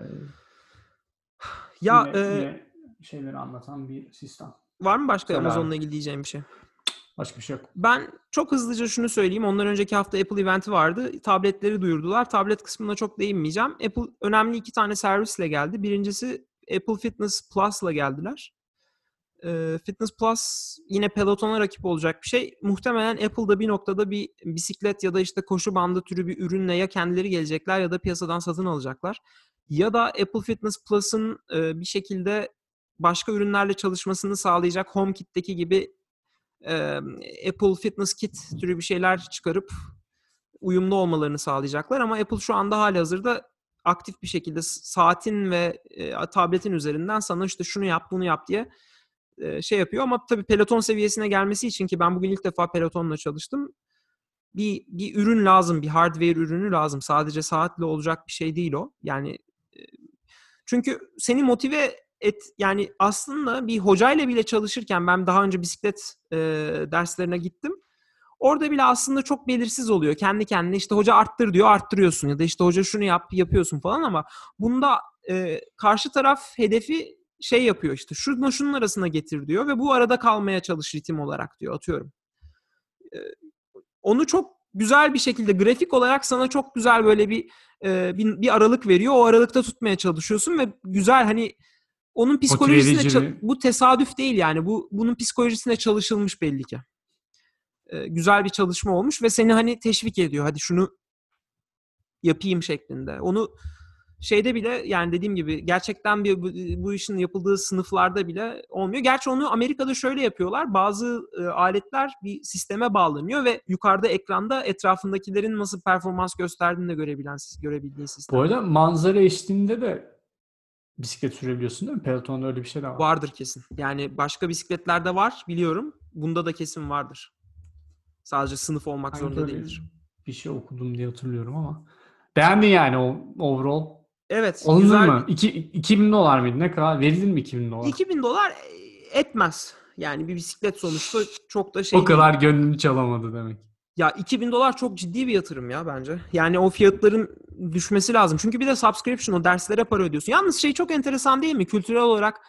Ya Yine şeyleri anlatan bir sistem. var mı başka Söyle Amazon'la abi. ilgili diyeceğim bir şey? Başka bir şey yok. Ben çok hızlıca şunu söyleyeyim. Ondan önceki hafta Apple eventi vardı. Tabletleri duyurdular. Tablet kısmına çok değinmeyeceğim. Apple önemli 2 tane servisle geldi. Birincisi Apple Fitness Plus'la geldiler. Fitness Plus yine Peloton'a rakip olacak bir şey. Muhtemelen Apple'da bir noktada bir bisiklet ya da işte koşu bandı türü bir ürünle ya kendileri gelecekler ya da piyasadan satın alacaklar. Ya da Apple Fitness Plus'ın bir şekilde başka ürünlerle çalışmasını sağlayacak HomeKit'teki gibi Apple Fitness Kit türü bir şeyler çıkarıp uyumlu olmalarını sağlayacaklar. Ama Apple şu anda halihazırda aktif bir şekilde saatin ve tabletin üzerinden sana işte şunu yap bunu yap diye şey yapıyor. Ama tabii Peloton seviyesine gelmesi için, ki ben bugün ilk defa Peloton'la çalıştım, bir ürün lazım, bir hardware ürünü lazım. Sadece saatle olacak bir şey değil o. Yani çünkü seni motive yani aslında bir hocayla bile çalışırken, ben daha önce bisiklet derslerine gittim. Orada bile aslında çok belirsiz oluyor. Kendi kendine işte hoca arttır diyor, arttırıyorsun ya da işte hoca şunu yap, yapıyorsun falan, ama bunda karşı taraf hedefi şey yapıyor, işte şunun arasına getir diyor ve bu arada kalmaya çalış ritim olarak diyor, atıyorum. Onu çok güzel bir şekilde grafik olarak sana çok güzel böyle bir aralık veriyor. O aralıkta tutmaya çalışıyorsun ve güzel, hani onun psikolojisine bu tesadüf değil yani. Bunun psikolojisine çalışılmış belli ki. Güzel bir çalışma olmuş ve seni hani teşvik ediyor. Hadi şunu yapayım şeklinde. Onu şeyde bile, yani dediğim gibi gerçekten bu işin yapıldığı sınıflarda bile olmuyor. Gerçi onu Amerika'da şöyle yapıyorlar. Bazı aletler bir sisteme bağlanıyor ve yukarıda ekranda etrafındakilerin nasıl performans gösterdiğini de görebildiğin sistem. Bu arada manzara eşliğinde de bisiklet sürebiliyorsun değil mi? Peloton'da öyle bir şey de var. Vardır kesin. Yani başka bisikletlerde var biliyorum. Bunda da kesin vardır. Sadece sınıf olmak zorunda değildir. Bir şey okudum diye hatırlıyorum ama. Beğendin yani o overall. Evet. Alınır güzel. mı? $2.000 mıydı? Ne kadar? Verilir mi $2.000? $2.000 etmez. Yani bir bisiklet sonuçta çok da şey o kadar gönlünü çalamadı demek. Ya $2.000 çok ciddi bir yatırım ya bence. Yani o fiyatların düşmesi lazım. Çünkü bir de subscription, o derslere para ödüyorsun. Yalnız şey çok enteresan değil mi? Kültürel olarak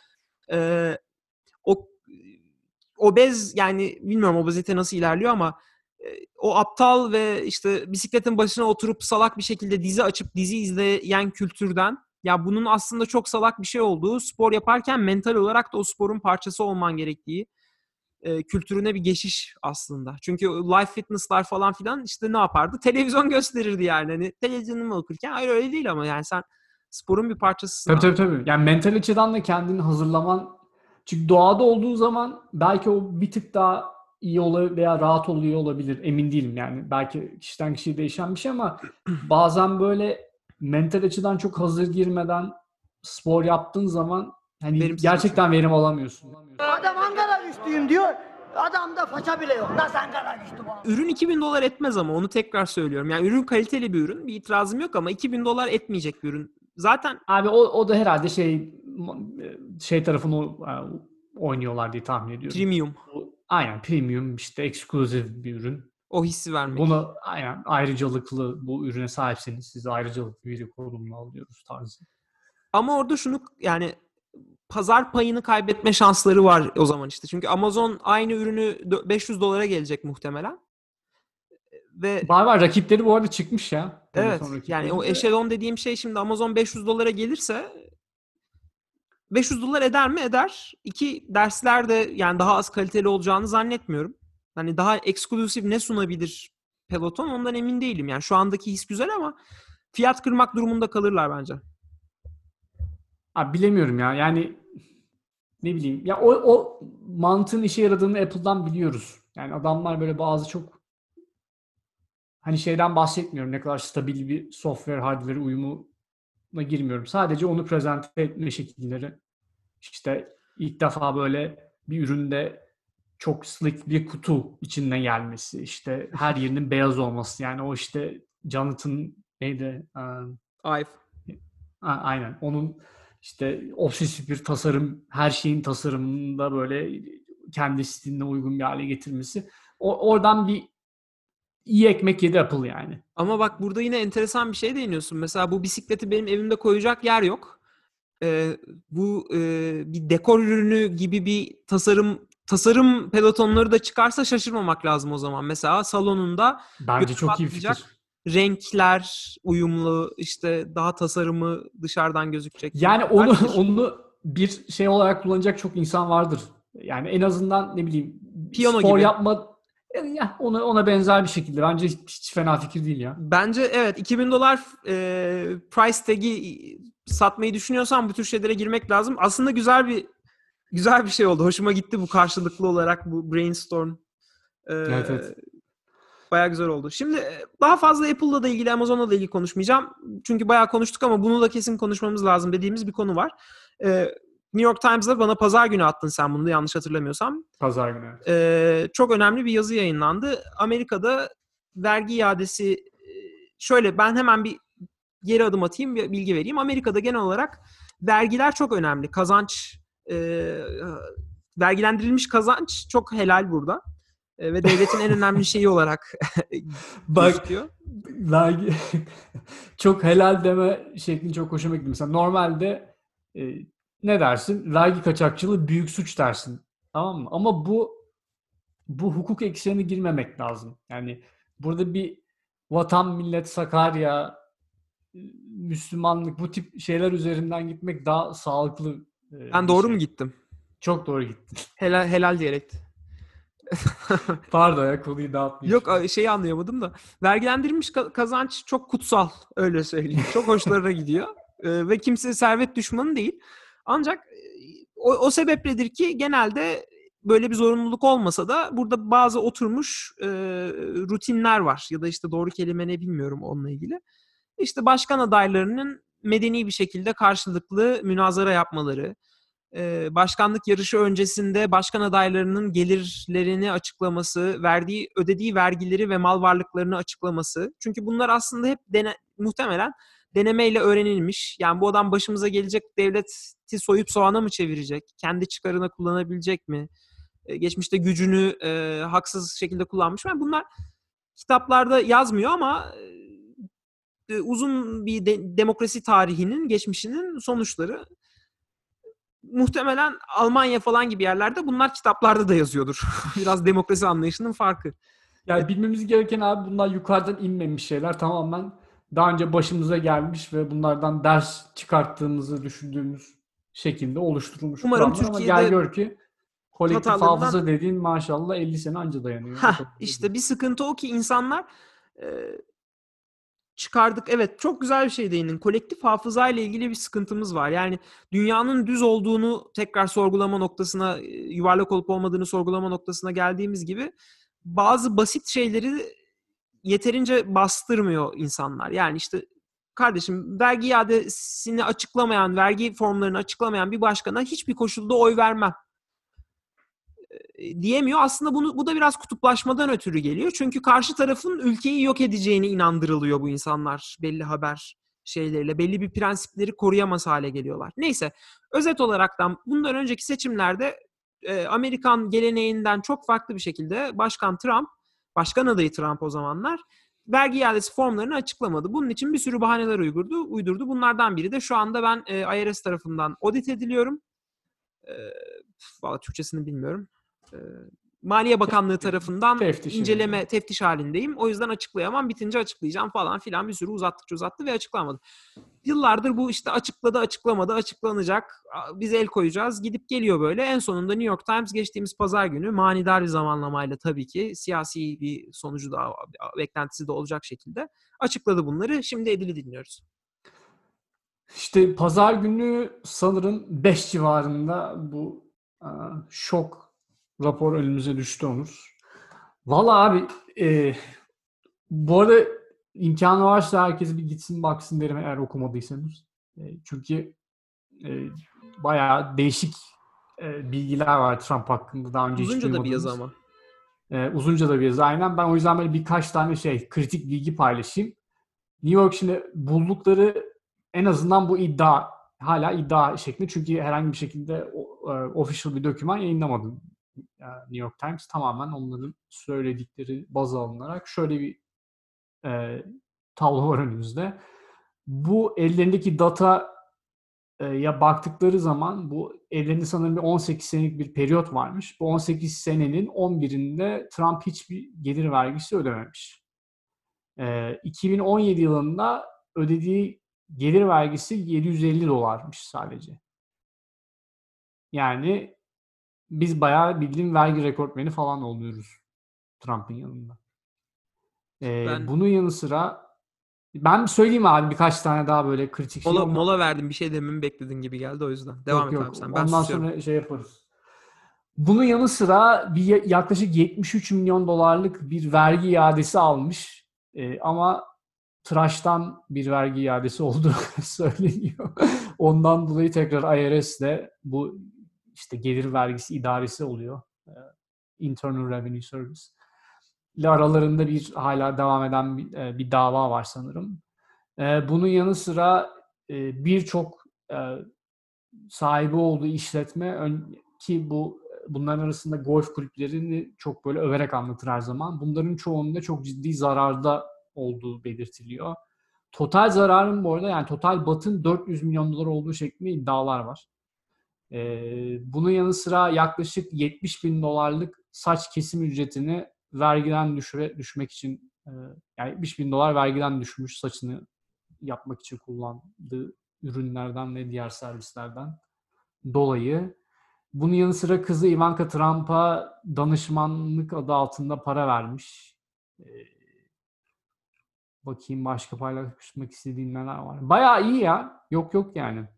o obez, yani bilmiyorum obezite nasıl ilerliyor ama o aptal ve işte bisikletin başına oturup salak bir şekilde dizi açıp dizi izleyen kültürden, ya bunun aslında çok salak bir şey olduğu, spor yaparken mental olarak da o sporun parçası olman gerektiği kültürüne bir geçiş aslında. Çünkü live fitness'lar falan filan işte ne yapardı? Televizyon gösterirdi yani. Hani televizyonu okurken hayır öyle değil, ama yani sen sporun bir parçasısın. Tabii. Yani mental açıdan da kendini hazırlaman. Çünkü doğada olduğu zaman belki o bir tık daha iyi veya rahat oluyor olabilir. Emin değilim yani. Belki kişiden kişiye değişen bir şey ama bazen böyle mental açıdan çok hazır girmeden spor yaptığın zaman hani gerçekten verim alamıyorsun. Adam Ankara güçlüyüm diyor. Adamda faça bile yok. Nasıl Ankara güçlü bu? Ürün $2.000 etmez, ama onu tekrar söylüyorum. Yani ürün kaliteli bir ürün. Bir itirazım yok ama $2.000 etmeyecek bir ürün. Zaten abi o da herhalde şey tarafını oynuyorlar diye tahmin ediyorum. Premium. Aynen premium, işte eksklusif bir ürün. O hissi vermek. Bunu aynen ayrıcalıklı, bu ürüne sahipseniz sizi ayrıcalıklı bir konumla alıyoruz tarzı. Ama orada şunu, yani pazar payını kaybetme şansları var o zaman işte. Çünkü Amazon aynı ürünü $500 gelecek muhtemelen. Ve var rakipleri bu arada çıkmış ya. evet. Yani o eşelon dediğim şey, şimdi Amazon $500 gelirse $500 eder mi? Eder. İki dersler de yani daha az kaliteli olacağını zannetmiyorum. Hani daha eksklusif ne sunabilir Peloton, ondan emin değilim. Yani şu andaki his güzel ama fiyat kırmak durumunda kalırlar bence. Abi bilemiyorum ya. Yani ne bileyim. Ya o mantığın işe yaradığını Apple'dan biliyoruz. Yani adamlar böyle bazı çok hani şeyden bahsetmiyorum. Ne kadar stabil bir software hardware uyumuna girmiyorum. Sadece onu prezente etme şekilleri. İşte ilk defa böyle bir üründe çok slick bir kutu içinden gelmesi, işte her yerinin beyaz olması, yani o işte Jonathan neydi? Ive. Aynen. Onun işte obsesif bir tasarım, her şeyin tasarımında böyle kendi stiline uygun bir hale getirmesi. Oradan bir iyi ekmek yedi Apple yani. Ama bak burada yine enteresan bir şey değiniyorsun. Mesela bu bisikleti benim evimde koyacak yer yok. Bu bir dekor ürünü gibi bir tasarım pelotonları da çıkarsa şaşırmamak lazım o zaman. Mesela salonunda Bence göze çok iyi batmayacak fikir. renkler uyumlu, işte daha tasarımı dışarıdan gözükecek. Yani Güzel fikir. onu bir şey olarak kullanacak çok insan vardır. Yani en azından ne bileyim Piyano spor gibi. yapma, ya ona benzer bir şekilde. Bence hiç fena fikir değil ya. Bence evet, $2000 price tag'i satmayı düşünüyorsan bu tür şeylere girmek lazım. Aslında güzel bir şey oldu. Hoşuma gitti bu karşılıklı olarak bu brainstorm. Evet. Bayağı güzel oldu. Şimdi daha fazla Apple'la da ilgili, Amazon'la da ilgili konuşmayacağım. Çünkü bayağı konuştuk ama bunu da kesin konuşmamız lazım dediğimiz bir konu var. New York Times'da bana pazar günü attın sen bunu da, yanlış hatırlamıyorsam. Pazar günü. Çok önemli bir yazı yayınlandı. Amerika'da vergi iadesi, şöyle ben hemen bir geri adım atayım, bir bilgi vereyim. Amerika'da genel olarak vergiler çok önemli. Kazanç, vergilendirilmiş kazanç çok helal burada. Ve devletin en önemli şeyi olarak gözüküyor. Vergi çok helal deme şeklin çok hoşuma gitti. Mesela normalde ne dersin? Vergi kaçakçılığı büyük suç dersin. Tamam mı? Ama bu hukuk eksenine girmemek lazım. Yani burada bir vatan, millet, Sakarya, Müslümanlık, bu tip şeyler üzerinden gitmek daha sağlıklı. Ben doğru mu gittim? Çok doğru gittin. Helal diyerek. Pardon ya, konuyu dağıtmayayım. Yok, şeyi anlayamadım da. Vergilendirilmiş kazanç çok kutsal, öyle söyleyeyim. Çok hoşlarına gidiyor. Ve kimse servet düşmanı değil. Ancak o sebepledir ki genelde böyle bir zorunluluk olmasa da burada bazı oturmuş rutinler var. Ya da işte doğru kelime ne bilmiyorum onunla ilgili. İşte başkan adaylarının medeni bir şekilde karşılıklı münazara yapmaları, başkanlık yarışı öncesinde başkan adaylarının gelirlerini açıklaması, ödediği vergileri ve mal varlıklarını açıklaması. Çünkü bunlar aslında hep muhtemelen denemeyle öğrenilmiş. Yani bu adam başımıza gelecek, devleti soyup soğana mı çevirecek? Kendi çıkarına kullanabilecek mi? Geçmişte gücünü haksız şekilde kullanmış. Yani bunlar kitaplarda yazmıyor ama uzun bir demokrasi tarihinin, geçmişinin sonuçları. Muhtemelen Almanya falan gibi yerlerde bunlar kitaplarda da yazıyordur. Biraz demokrasi anlayışının farkı. Yani bilmemiz gereken abi, bunlar yukarıdan inmemiş şeyler. Tamamen daha önce başımıza gelmiş ve bunlardan ders çıkarttığımızı düşündüğümüz şekilde oluşturulmuş Umarım kuramlar. Ama Türkiye'de gel gör ki kolektif hatalarından... hafıza dediğin maşallah 50 sene anca dayanıyor. İşte bir sıkıntı o ki insanlar çıkardık. Evet, çok güzel bir şey değindin. Kolektif hafızayla ilgili bir sıkıntımız var. Yani dünyanın düz olduğunu tekrar sorgulama noktasına, yuvarlak olup olmadığını sorgulama noktasına geldiğimiz gibi bazı basit şeyleri yeterince bastırmıyor insanlar. Yani işte kardeşim, vergi iadesini açıklamayan, vergi formlarını açıklamayan bir başkana hiçbir koşulda oy vermem diyemiyor. Aslında bu da biraz kutuplaşmadan ötürü geliyor. Çünkü karşı tarafın ülkeyi yok edeceğine inandırılıyor bu insanlar belli haber şeyleriyle. Belli bir prensipleri koruyamaz hale geliyorlar. Neyse, özet olaraktan bundan önceki seçimlerde Amerikan geleneğinden çok farklı bir şekilde başkan adayı Trump o zamanlar vergi iadesi formlarını açıklamadı. Bunun için bir sürü bahaneler uydurdu. Bunlardan biri de şu anda ben IRS tarafından audit ediliyorum. Vallahi Türkçesini bilmiyorum. Maliye Bakanlığı tarafından teftiş halindeyim. O yüzden açıklayamam. Bitince açıklayacağım falan filan, bir sürü uzattı ve açıklamadı. Yıllardır bu işte açıklamadı, açıklanacak. Biz el koyacağız. Gidip geliyor böyle. En sonunda New York Times geçtiğimiz pazar günü manidar bir zamanlamayla, tabii ki siyasi bir sonucu da, beklentisi de olacak şekilde açıkladı bunları. Şimdi Edil'i dinliyoruz. İşte pazar günü sanırım 5 civarında bu şok rapor önümüze düştü Onur. Vallahi abi bu arada imkanı varsa herkes bir gitsin baksın derim, eğer okumadıysanız. Çünkü bayağı değişik bilgiler var Trump hakkında. Daha önce hiç Uzunca da bir yazı duymadığımız. ama. Uzunca da bir yazı. Aynen. Ben o yüzden böyle birkaç tane kritik bilgi paylaşayım. New York şimdi buldukları en azından bu hala iddia şeklinde. Çünkü herhangi bir şekilde official bir doküman yayınlamadı New York Times. Tamamen onların söyledikleri baz alınarak şöyle bir tablo var önümüzde. Bu ellerindeki data ya baktıkları zaman bu ellerinde sanırım bir 18 senelik bir periyot varmış. Bu 18 senenin 11'inde Trump hiçbir gelir vergisi ödememiş. 2017 yılında ödediği gelir vergisi $750 sadece. Yani biz bayağı bildiğin vergi rekortmeni falan oluyoruz Trump'ın yanında. Bunun yanı sıra ben söyleyeyim abi birkaç tane daha böyle kritik şey. Mola verdim, bir şey dememi bekledin gibi geldi o yüzden. Devam et abi sen. Ben ondan susuyorum. sonra yaparız. Bunun yanı sıra yaklaşık $73 milyon bir vergi iadesi almış. Ama tıraştan bir vergi iadesi olduğu söyleniyor. Ondan dolayı tekrar IRS'le bu işte gelir vergisi idaresi oluyor. Internal Revenue Service. ile aralarında hala devam eden bir dava var sanırım. Bunun yanı sıra birçok sahibi olduğu işletme ki bunların arasında golf kulüplerini çok böyle överek anlatır her zaman. Bunların çoğunda çok ciddi zararda olduğu belirtiliyor. Total zararın bu arada yani total batın $400 milyon olduğu şeklinde iddialar var. Bunun yanı sıra yaklaşık $70.000 saç kesim ücretini vergiden düşmek için yani $70.000 vergiden düşmüş saçını yapmak için kullandığı ürünlerden ve diğer servislerden dolayı. Bunun yanı sıra kızı Ivanka Trump'a danışmanlık adı altında para vermiş. Bakayım başka paylaşmak istediğin neler var. Bayağı iyi ya. Yok yani.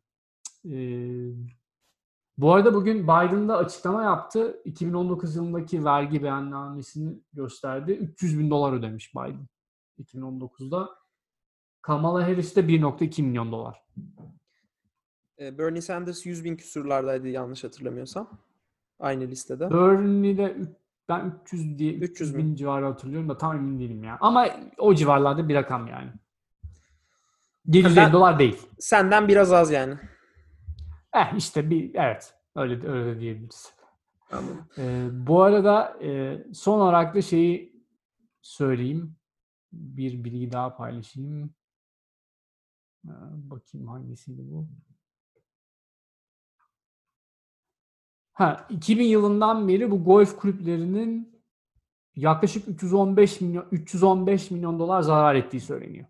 Bu arada bugün Biden'da açıklama yaptı. 2019 yılındaki vergi beyannamesini gösterdi. $300.000 ödemiş Biden 2019'da. Kamala Harris de $1.2 milyon. Bernie Sanders 100.000 küsurlardaydı yanlış hatırlamıyorsam. Aynı listede. Bernie'de ben 300 bin civarı hatırlıyorum da tam emin değilim ya. Ama o civarlarda bir rakam yani. $750 değil. Senden biraz az yani. İşte evet. Öyle diyebiliriz. Anladım. Bu arada son olarak da şeyi söyleyeyim. Bir bilgi daha paylaşayım. Bakayım hangisiydi bu? 2000 yılından beri bu golf kulüplerinin yaklaşık $315 milyon zarar ettiği söyleniyor.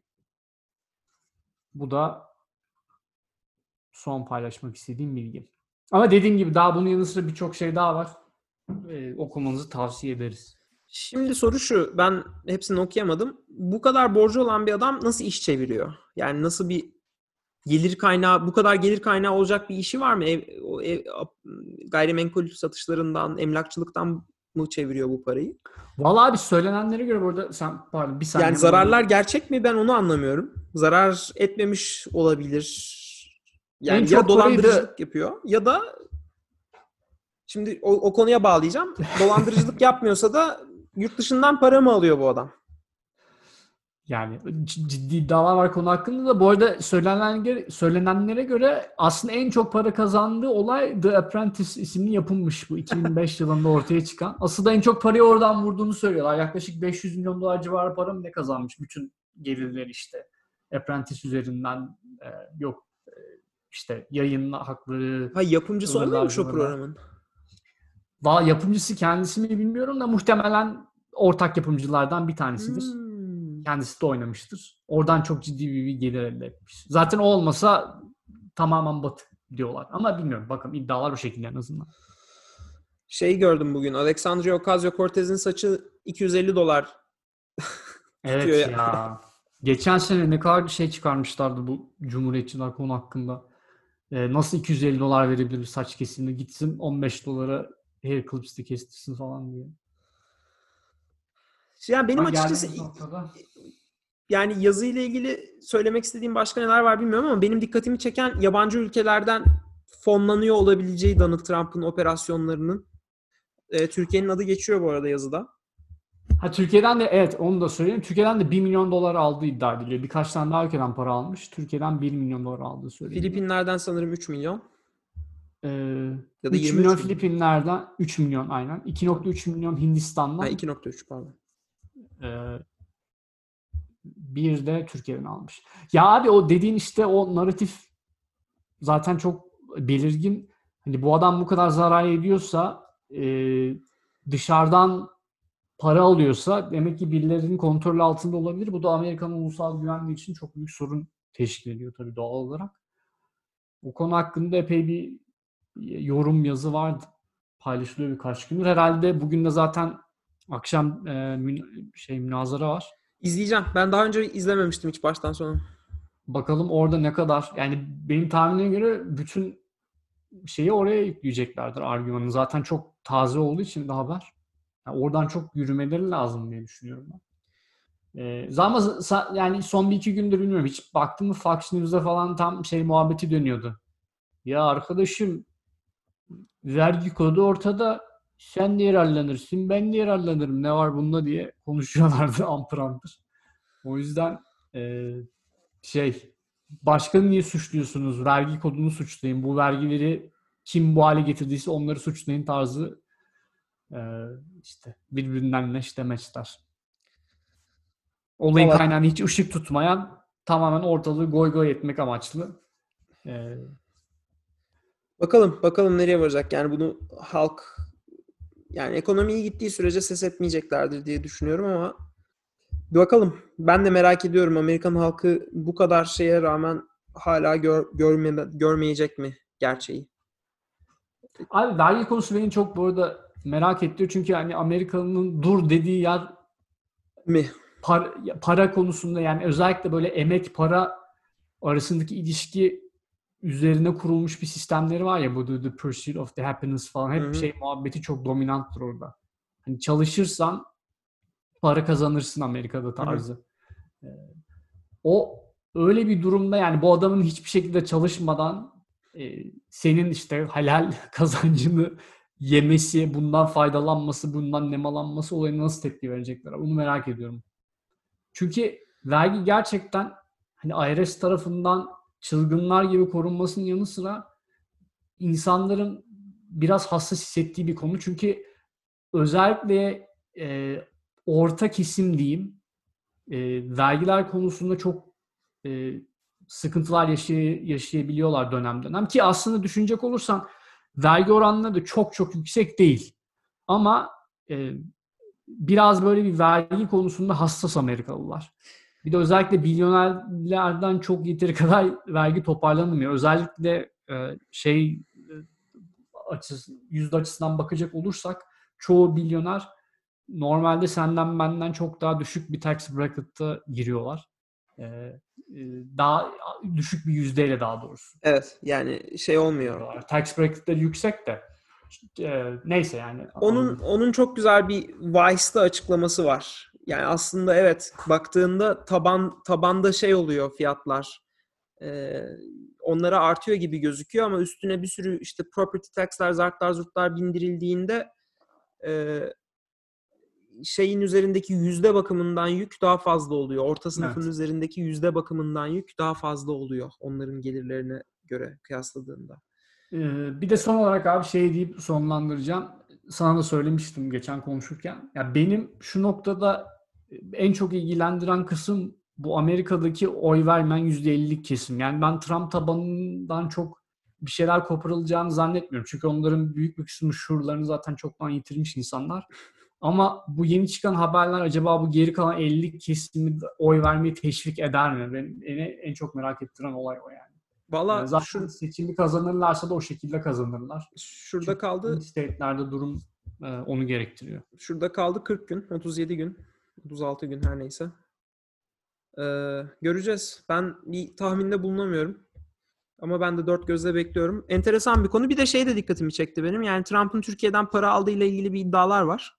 Bu da son paylaşmak istediğim bilgi. Ama dediğim gibi daha bunun yanı sıra birçok şey daha var. Okumanızı tavsiye ederiz. Şimdi soru şu, ben hepsini okuyamadım. Bu kadar borcu olan bir adam nasıl iş çeviriyor? Yani nasıl bir gelir kaynağı, bu kadar gelir kaynağı olacak bir işi var mı? Gayrimenkul satışlarından, emlakçılıktan mı çeviriyor bu parayı? Vallahi abi söylenenlere göre burada bir saniye. Yani zararlar gerçek mi? Ben onu anlamıyorum. Zarar etmemiş olabilir. Yani ya dolandırıcılık yapıyor ya da şimdi o konuya bağlayacağım. Dolandırıcılık yapmıyorsa da yurt dışından para mı alıyor bu adam? Yani ciddi iddialar var konu hakkında da. Bu arada söylenenlere göre aslında en çok para kazandığı olay The Apprentice isimli yapılmış bu 2005 yılında ortaya çıkan. Aslında en çok parayı oradan vurduğunu söylüyorlar. Yaklaşık $500 milyon civarı para mı ne kazanmış bütün gelirleri işte. Apprentice üzerinden işte yayın hakları. Yapımcısı olmuyormuş o programın. Yapımcısı kendisi mi bilmiyorum da muhtemelen ortak yapımcılardan bir tanesidir. Kendisi de oynamıştır. Oradan çok ciddi bir gelir elde etmiş. Zaten o olmasa tamamen batı diyorlar. Ama bilmiyorum. Bakın iddialar bu şekilde en azından. Gördüm bugün. Alexandria Ocasio-Cortez'in saçı $250. Evet ya. Geçen sene ne kadar bir şey çıkarmışlardı bu Cumhuriyetçiler konu hakkında. Nasıl $250 verebilir saç kesimine? Gitsin $15 hair clips'te kestirsin falan diye. Yani benim açıkçası yani yazıyla ilgili söylemek istediğim başka neler var bilmiyorum ama benim dikkatimi çeken yabancı ülkelerden fonlanıyor olabileceği Donald Trump'ın operasyonlarının. Türkiye'nin adı geçiyor bu arada yazıda. Ha, Türkiye'den de evet, onu da söyleyeyim. Türkiye'den de $1 milyon aldığı iddia ediliyor. Birkaç tane daha ülkeden para almış. Türkiye'den $1 milyon aldığı söyleniyor. Filipinler'den sanırım 3 milyon. Ya da 3 milyon Filipinler'den, 3 milyon aynen. 2.3 milyon Hindistan'dan. 2.3 pardon. Bir de Türkiye'den almış. Ya abi, o dediğin işte o narratif zaten çok belirgin. Hani bu adam bu kadar zarar ediyorsa, dışarıdan para alıyorsa demek ki birilerinin kontrolü altında olabilir. Bu da Amerika'nın ulusal güvenliği için çok büyük sorun teşkil ediyor tabii doğal olarak. Bu konu hakkında epey bir yorum yazı vardı. Paylaşılıyor birkaç gündür. Herhalde bugün de zaten akşam münazara var. İzleyeceğim. Ben daha önce izlememiştim hiç baştan sona. Bakalım orada ne kadar, yani benim tahminime göre bütün şeyi oraya yükleyeceklerdir, argümanı. Zaten çok taze olduğu için de haber. Yani oradan çok yürümeleri lazım diye düşünüyorum ben. Ama yani son 1-2 gündür bilmiyorum. Hiç baktın mı Fox News'da falan tam muhabbeti dönüyordu. Ya arkadaşım, vergi kodu ortada. Sen de yararlanırsın, ben de yararlanırım. Ne var bunda diye konuşuyorlardı ampır ampır. O yüzden başkanı niye suçluyorsunuz? Vergi kodunu suçlayın. Bu vergileri kim bu hale getirdiyse onları suçlayın tarzı işte birbirinden demeçler. Olayın kaynağını hiç ışık tutmayan, tamamen ortalığı goy goy etmek amaçlı. Bakalım nereye varacak. Yani bunu halk, yani ekonomiyi gittiği sürece ses etmeyeceklerdir diye düşünüyorum ama bakalım. Ben de merak ediyorum, Amerikan halkı bu kadar şeye rağmen hala görmeyecek mi gerçeği? Abi vergi konusu beni çok bu arada merak ettiriyor. Çünkü hani Amerika'nın dur dediği yer mi? Para konusunda, yani özellikle böyle emek para arasındaki ilişki üzerine kurulmuş bir sistemleri var ya, bu The Pursuit of the Happiness falan, hep muhabbeti çok dominanttır orada. Hani çalışırsan para kazanırsın Amerika'da tarzı. O öyle bir durumda, yani bu adamın hiçbir şekilde çalışmadan senin işte halal kazancını yemesi, bundan faydalanması, bundan nemalanması olayına nasıl tepki verecekler? Bunu merak ediyorum. Çünkü vergi gerçekten hani IRS tarafından çılgınlar gibi korunmasının yanı sıra insanların biraz hassas hissettiği bir konu. Çünkü özellikle orta kesim diyeyim, vergiler konusunda çok sıkıntılar yaşayabiliyorlar dönem dönem. Ki aslında düşünecek olursan vergi oranları da çok çok yüksek değil. Ama biraz böyle bir vergi konusunda hassas Amerikalılar. Bir de özellikle milyonerlerden çok yeteri kadar vergi toparlanmıyor. Özellikle yüzde açısından bakacak olursak çoğu milyoner normalde senden benden çok daha düşük bir tax bracket'ta giriyorlar. Daha düşük bir yüzdeyle daha doğrusu. Evet, yani olmuyor. Tax bracket'leri yüksek de neyse yani. Onun çok güzel bir Vice'da açıklaması var. Yani aslında evet, baktığında tabanda oluyor fiyatlar. Onlara artıyor gibi gözüküyor ama üstüne bir sürü işte property tax'ler, zartlar, zurtlar bindirildiğinde şeyin üzerindeki yüzde bakımından yük daha fazla oluyor. Orta sınıfın üzerindeki yüzde bakımından yük daha fazla oluyor onların gelirlerine göre kıyasladığında. Bir de son olarak abi deyip sonlandıracağım. Sana da söylemiştim geçen konuşurken. Ya benim şu noktada en çok ilgilendiren kısım bu Amerika'daki oy vermeyen %50'lik kesim. Yani ben Trump tabanından çok bir şeyler koparılacağını zannetmiyorum. Çünkü onların büyük bir kısmı şuurlarını zaten çoktan yitirmiş insanlar. Ama bu yeni çıkan haberler acaba bu geri kalan 50'lik kesimi oy vermeyi teşvik eder mi? Beni en çok merak ettiren olay o yani. Vallahi zaten seçimi kazanırlarsa da o şekilde kazanırlar. Şurada çünkü kaldı. State'lerde durum onu gerektiriyor. Şurada kaldı 40 gün, 37 gün, 36 gün her neyse. Göreceğiz. Ben bir tahminde bulunamıyorum. Ama ben de dört gözle bekliyorum. Enteresan bir konu. Bir de de dikkatimi çekti benim. Yani Trump'ın Türkiye'den para aldığıyla ilgili bir iddialar var.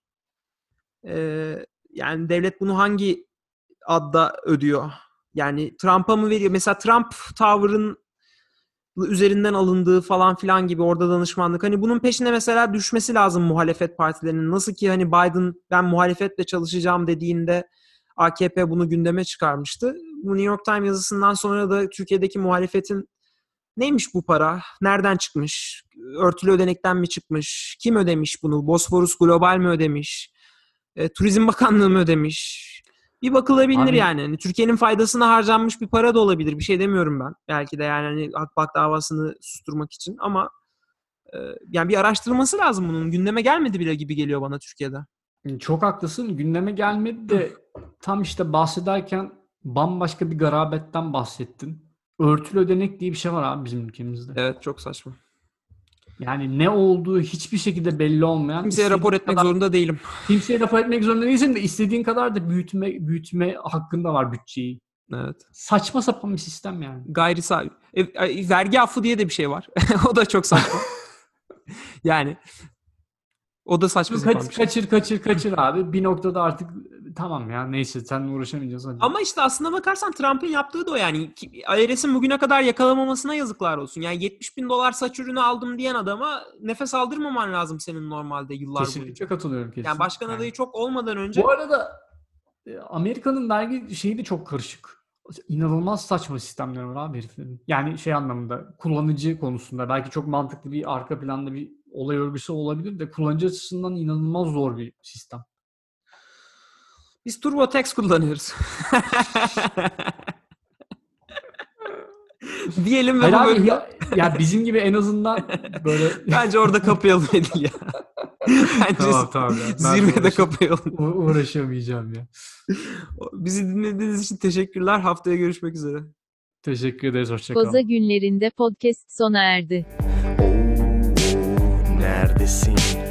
Yani devlet bunu hangi adda ödüyor? Yani Trump'a mı veriyor? Mesela Trump Tower'ın üzerinden alındığı falan filan gibi orada danışmanlık. Hani bunun peşine mesela düşmesi lazım muhalefet partilerinin. Nasıl ki hani Biden ben muhalefetle çalışacağım dediğinde AKP bunu gündeme çıkarmıştı. Bu New York Times yazısından sonra da Türkiye'deki muhalefetin neymiş bu para? Nereden çıkmış? Örtülü ödenekten mi çıkmış? Kim ödemiş bunu? Bosphorus Global mi ödemiş? Turizm Bakanlığı mı ödemiş? Bir bakılabilir Abi, yani. Hani Türkiye'nin faydasına harcanmış bir para da olabilir. Bir şey demiyorum ben. Belki de yani hani Akbank davasını susturmak için ama yani bir araştırılması lazım bunun. Gündeme gelmedi bile gibi geliyor bana Türkiye'de. çok haklısın. Gündeme gelmedi de tam işte bahsederken bambaşka bir garabetten bahsettin. Örtülü ödenek diye bir şey var abi bizim ülkemizde. Evet, çok saçma. Yani ne olduğu hiçbir şekilde belli olmayan. Kimseye rapor etmek zorunda değilim. Kimseye rapor etmek zorunda değilsin de istediğin kadar da büyütme hakkında var bütçeyi. Evet. Saçma sapan bir sistem yani. Gayri sahibi. Vergi affı diye de bir şey var. O da çok saçma. Yani o da saçma sapan bir şey. Kaçır abi. Bir noktada artık tamam ya neyse seninle uğraşamayacağız hadi. Ama işte aslına bakarsan Trump'ın yaptığı da o yani. IRS'in bugüne kadar yakalamamasına yazıklar olsun. Yani $70,000 saç ürünü aldım diyen adama nefes aldırmaman lazım senin normalde yıllar boyunca. Kesinlikle katılıyorum. Yani başkan adayı çok olmadan önce. Bu arada Amerika'nın vergi şeyi de çok karışık. İnanılmaz saçma sistemler var abi heriflerin. Yani şey anlamında kullanıcı konusunda belki çok mantıklı bir arka planda bir olay örgüsü olabilir de kullanıcı açısından inanılmaz zor bir sistem. Biz TurboTax kullanıyoruz. Diyelim ve Hayır bu abi, bölümde... ya bizim gibi en azından böyle... Bence orada kapayalım Edil ya. Bence tamam ya. zirvede kapayalım. Uğraşamayacağım ya. Bizi dinlediğiniz için teşekkürler. Haftaya görüşmek üzere. Teşekkür ederiz. Hoşçakalın. Koza Günlerinde podcast sona erdi. Neredesin?